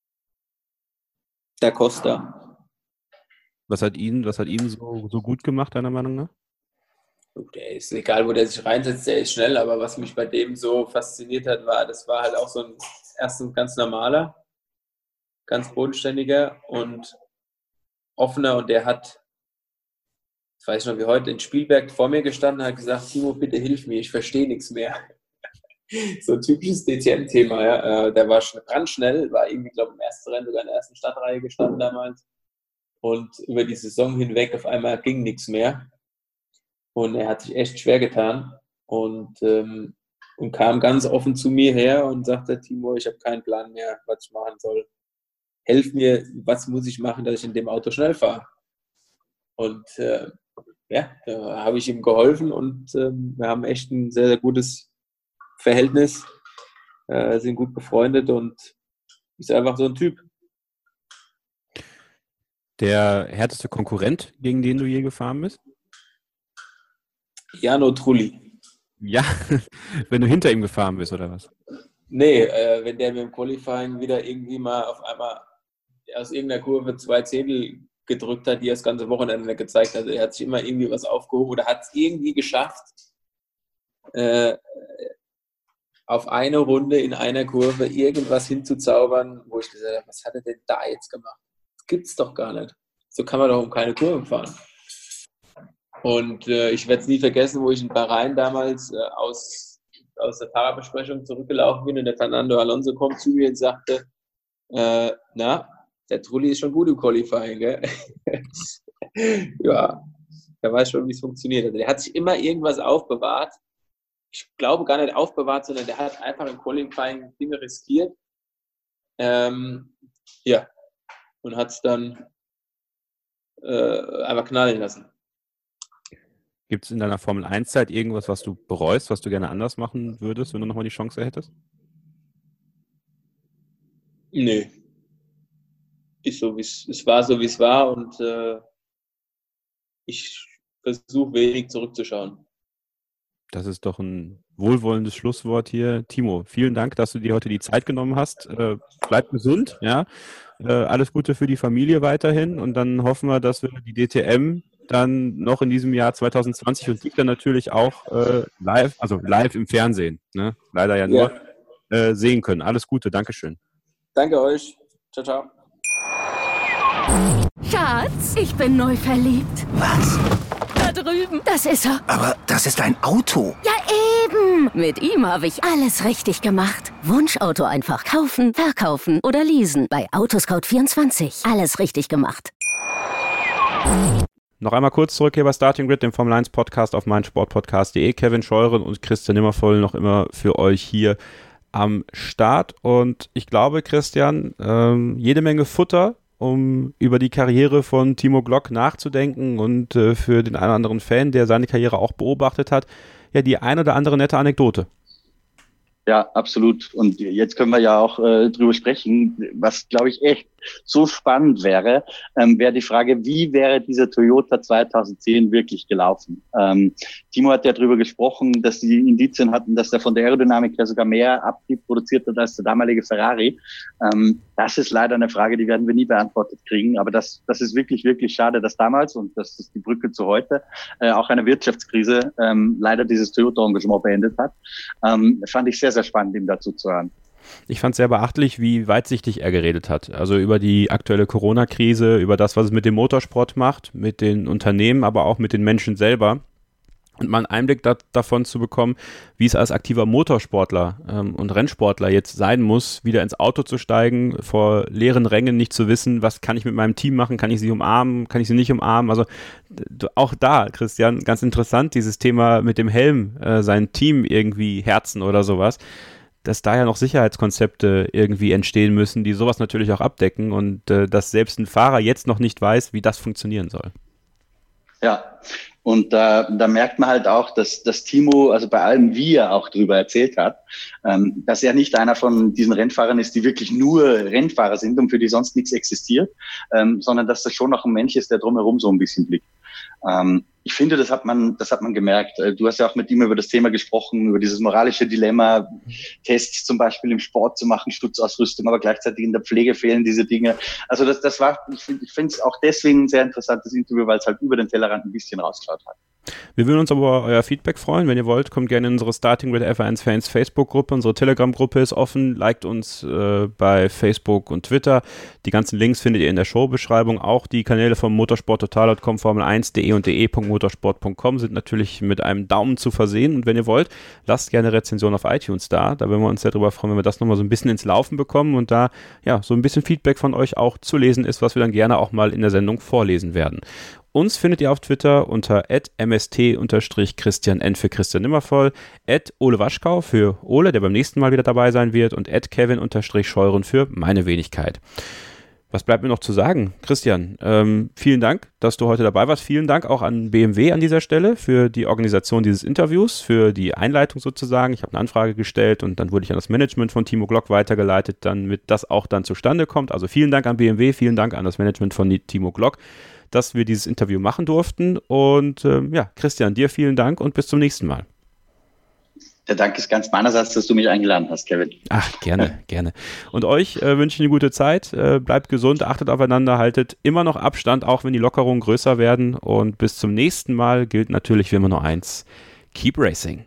Da Costa. Was hat ihn, was hat ihn so, so gut gemacht, deiner Meinung nach? Der ist egal, wo der sich reinsetzt, der ist schnell, aber was mich bei dem so fasziniert hat, war, das war halt auch so ein erstens ganz normaler, ganz bodenständiger und offener und der hat, ich weiß noch wie heute, in Spielberg vor mir gestanden und hat gesagt, Timo, bitte hilf mir, ich verstehe nichts mehr. So ein typisches D T M-Thema, ja. Der war ganz schnell, war irgendwie, glaube ich, im ersten Rennen sogar in der ersten Stadtreihe gestanden damals und über die Saison hinweg auf einmal ging nichts mehr und er hat sich echt schwer getan und, ähm, und kam ganz offen zu mir her und sagte, Timo, ich habe keinen Plan mehr, was ich machen soll. Helf mir, was muss ich machen, dass ich in dem Auto schnell fahre? Und äh, ja, da habe ich ihm geholfen und äh, wir haben echt ein sehr, sehr gutes Verhältnis, äh, sind gut befreundet und ist einfach so ein Typ. Der härteste Konkurrent, gegen den du je gefahren bist? Jarno Trulli. Ja, wenn du hinter ihm gefahren bist, oder was? Nee, äh, wenn der mit dem Qualifying wieder irgendwie mal auf einmal aus irgendeiner Kurve zwei Zehntel gedrückt hat, die er das ganze Wochenende gezeigt hat. Er hat sich immer irgendwie was aufgehoben oder hat es irgendwie geschafft, äh, auf eine Runde in einer Kurve irgendwas hinzuzaubern, wo ich gesagt habe, was hat er denn da jetzt gemacht? Das gibt's doch gar nicht. So kann man doch um keine Kurve fahren. Und äh, ich werde es nie vergessen, wo ich in Bahrain damals äh, aus, aus der Fahrerbesprechung zurückgelaufen bin und der Fernando Alonso kommt zu mir und sagte, äh, na, der Trulli ist schon gut im Qualifying, gell? Ja, der weiß schon, wie es funktioniert. Also der hat sich immer irgendwas aufbewahrt. Ich glaube gar nicht aufbewahrt, sondern der hat einfach im Qualifying Dinge riskiert. Ähm, ja, und hat es dann äh, einfach knallen lassen. Gibt es in deiner Formel eins Zeit irgendwas, was du bereust, was du gerne anders machen würdest, wenn du nochmal die Chance hättest? Nö. Ist so, wie's, es war so, wie es war und äh, ich versuche wenig zurückzuschauen. Das ist doch ein wohlwollendes Schlusswort hier. Timo, vielen Dank, dass du dir heute die Zeit genommen hast. Äh, bleib gesund, ja. Äh, alles Gute für die Familie weiterhin und dann hoffen wir, dass wir die D T M dann noch in diesem Jahr zwanzig zwanzig und dich dann natürlich auch äh, live, also live im Fernsehen, ne? Leider ja nur, ja. Äh, sehen können. Alles Gute, Dankeschön. Danke euch. Ciao, ciao. Schatz, ich bin neu verliebt. Was? Da drüben. Das ist er. Aber das ist ein Auto. Ja, eben. Mit ihm habe ich alles richtig gemacht. Wunschauto einfach kaufen, verkaufen oder leasen. Bei Autoscout vierundzwanzig. Alles richtig gemacht. Noch einmal kurz zurück hier bei Starting Grid, dem Formel eins Podcast auf meinsportpodcast punkt de. Kevin Scheuren und Christian Nimmervoll noch immer für euch hier am Start. Und ich glaube, Christian, ähm, jede Menge Futter, um über die Karriere von Timo Glock nachzudenken und äh, für den einen oder anderen Fan, der seine Karriere auch beobachtet hat, ja, die ein oder andere nette Anekdote. Ja, absolut. Und jetzt können wir ja auch äh, drüber sprechen. Was, glaube ich, echt so spannend wäre, ähm, wäre die Frage, wie wäre dieser Toyota zweitausendzehn wirklich gelaufen? Ähm, Timo hat ja drüber gesprochen, dass die Indizien hatten, dass er von der Aerodynamik her sogar mehr Abtrieb produziert hat als der damalige Ferrari. Ähm, das ist leider eine Frage, die werden wir nie beantwortet kriegen. Aber das, das ist wirklich, wirklich schade, dass damals, und das ist die Brücke zu heute, äh, auch eine Wirtschaftskrise ähm, leider dieses Toyota-Engagement beendet hat. Ähm, fand ich sehr, sehr spannend, ihm dazu zu hören. Ich fand es sehr beachtlich, wie weitsichtig er geredet hat. Also über die aktuelle Corona-Krise, über das, was es mit dem Motorsport macht, mit den Unternehmen, aber auch mit den Menschen selber. und mal einen Einblick da, davon zu bekommen, wie es als aktiver Motorsportler ähm, und Rennsportler jetzt sein muss, wieder ins Auto zu steigen, vor leeren Rängen nicht zu wissen, was kann ich mit meinem Team machen, kann ich sie umarmen, kann ich sie nicht umarmen, also d- auch da, Christian, ganz interessant, dieses Thema mit dem Helm, äh, sein Team irgendwie herzen oder sowas, dass da ja noch Sicherheitskonzepte irgendwie entstehen müssen, die sowas natürlich auch abdecken und äh, dass selbst ein Fahrer jetzt noch nicht weiß, wie das funktionieren soll. Ja, und da, da merkt man halt auch, dass, dass Timo, also bei allem, wie er auch drüber erzählt hat, ähm, dass er nicht einer von diesen Rennfahrern ist, die wirklich nur Rennfahrer sind und für die sonst nichts existiert, ähm, sondern dass das schon noch ein Mensch ist, der drumherum so ein bisschen blickt. Ähm, ich finde, das hat man, das hat man gemerkt. Du hast ja auch mit ihm über das Thema gesprochen, über dieses moralische Dilemma, Tests zum Beispiel im Sport zu machen, Schutzausrüstung, aber gleichzeitig in der Pflege fehlen diese Dinge. Also das, das war, ich finde, ich finde es auch deswegen ein sehr interessantes Interview, weil es halt über den Tellerrand ein bisschen rausgeschaut hat. Wir würden uns aber euer Feedback freuen. Wenn ihr wollt, kommt gerne in unsere Starting with F eins Fans Facebook-Gruppe. Unsere Telegram-Gruppe ist offen. Liked uns äh, bei Facebook und Twitter. Die ganzen Links findet ihr in der Showbeschreibung. Auch die Kanäle von motorsporttotal Punkt com, Formel eins Punkt de und de Punkt motorsport Punkt com sind natürlich mit einem Daumen zu versehen. Und wenn ihr wollt, lasst gerne Rezension auf iTunes da. Da würden wir uns sehr darüber freuen, wenn wir das nochmal so ein bisschen ins Laufen bekommen und da ja so ein bisschen Feedback von euch auch zu lesen ist, was wir dann gerne auch mal in der Sendung vorlesen werden. Uns findet ihr auf Twitter unter at m s t christian n für Christian Nimmervoll, at Ole Waschkau für Ole, der beim nächsten Mal wieder dabei sein wird, und at Kevin Scheuren für meine Wenigkeit. Was bleibt mir noch zu sagen? Christian, ähm, vielen Dank, dass du heute dabei warst. Vielen Dank auch an B M W an dieser Stelle für die Organisation dieses Interviews, für die Einleitung sozusagen. Ich habe eine Anfrage gestellt und dann wurde ich an das Management von Timo Glock weitergeleitet, damit das auch dann zustande kommt. Also vielen Dank an B M W, vielen Dank an das Management von Timo Glock, dass wir dieses Interview machen durften. Und ähm, ja, Christian, dir vielen Dank und bis zum nächsten Mal. Der Dank ist ganz meinerseits, dass du mich eingeladen hast, Kevin. Ach, gerne, gerne. Und euch äh, wünsche ich eine gute Zeit. Äh, bleibt gesund, achtet aufeinander, haltet immer noch Abstand, auch wenn die Lockerungen größer werden. Und bis zum nächsten Mal gilt natürlich wie immer nur eins: Keep Racing.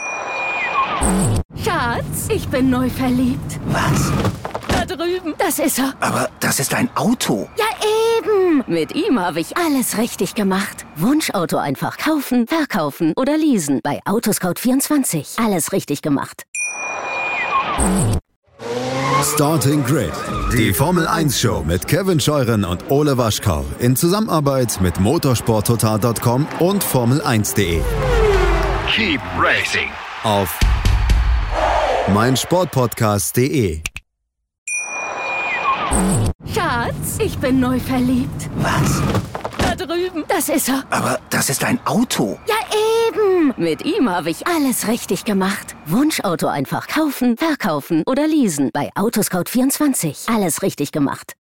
Schatz, ich bin neu verliebt. Was? Da drüben. Das ist er. Aber das ist ein Auto. Ja, eben. Mit ihm habe ich alles richtig gemacht. Wunschauto einfach kaufen, verkaufen oder leasen. Bei Autoscout vierundzwanzig. Alles richtig gemacht. Starting Grid, die Formel eins Show mit Kevin Scheuren und Ole Waschkau in Zusammenarbeit mit motorsporttotal Punkt com und Formel eins Punkt de. Keep racing. Auf meinsportpodcast Punkt de. Schatz, ich bin neu verliebt. Was? Da drüben. Das ist er. Aber das ist ein Auto. Ja, eben. Mit ihm habe ich alles richtig gemacht. Wunschauto einfach kaufen, verkaufen oder leasen. Bei Autoscout vierundzwanzig. Alles richtig gemacht.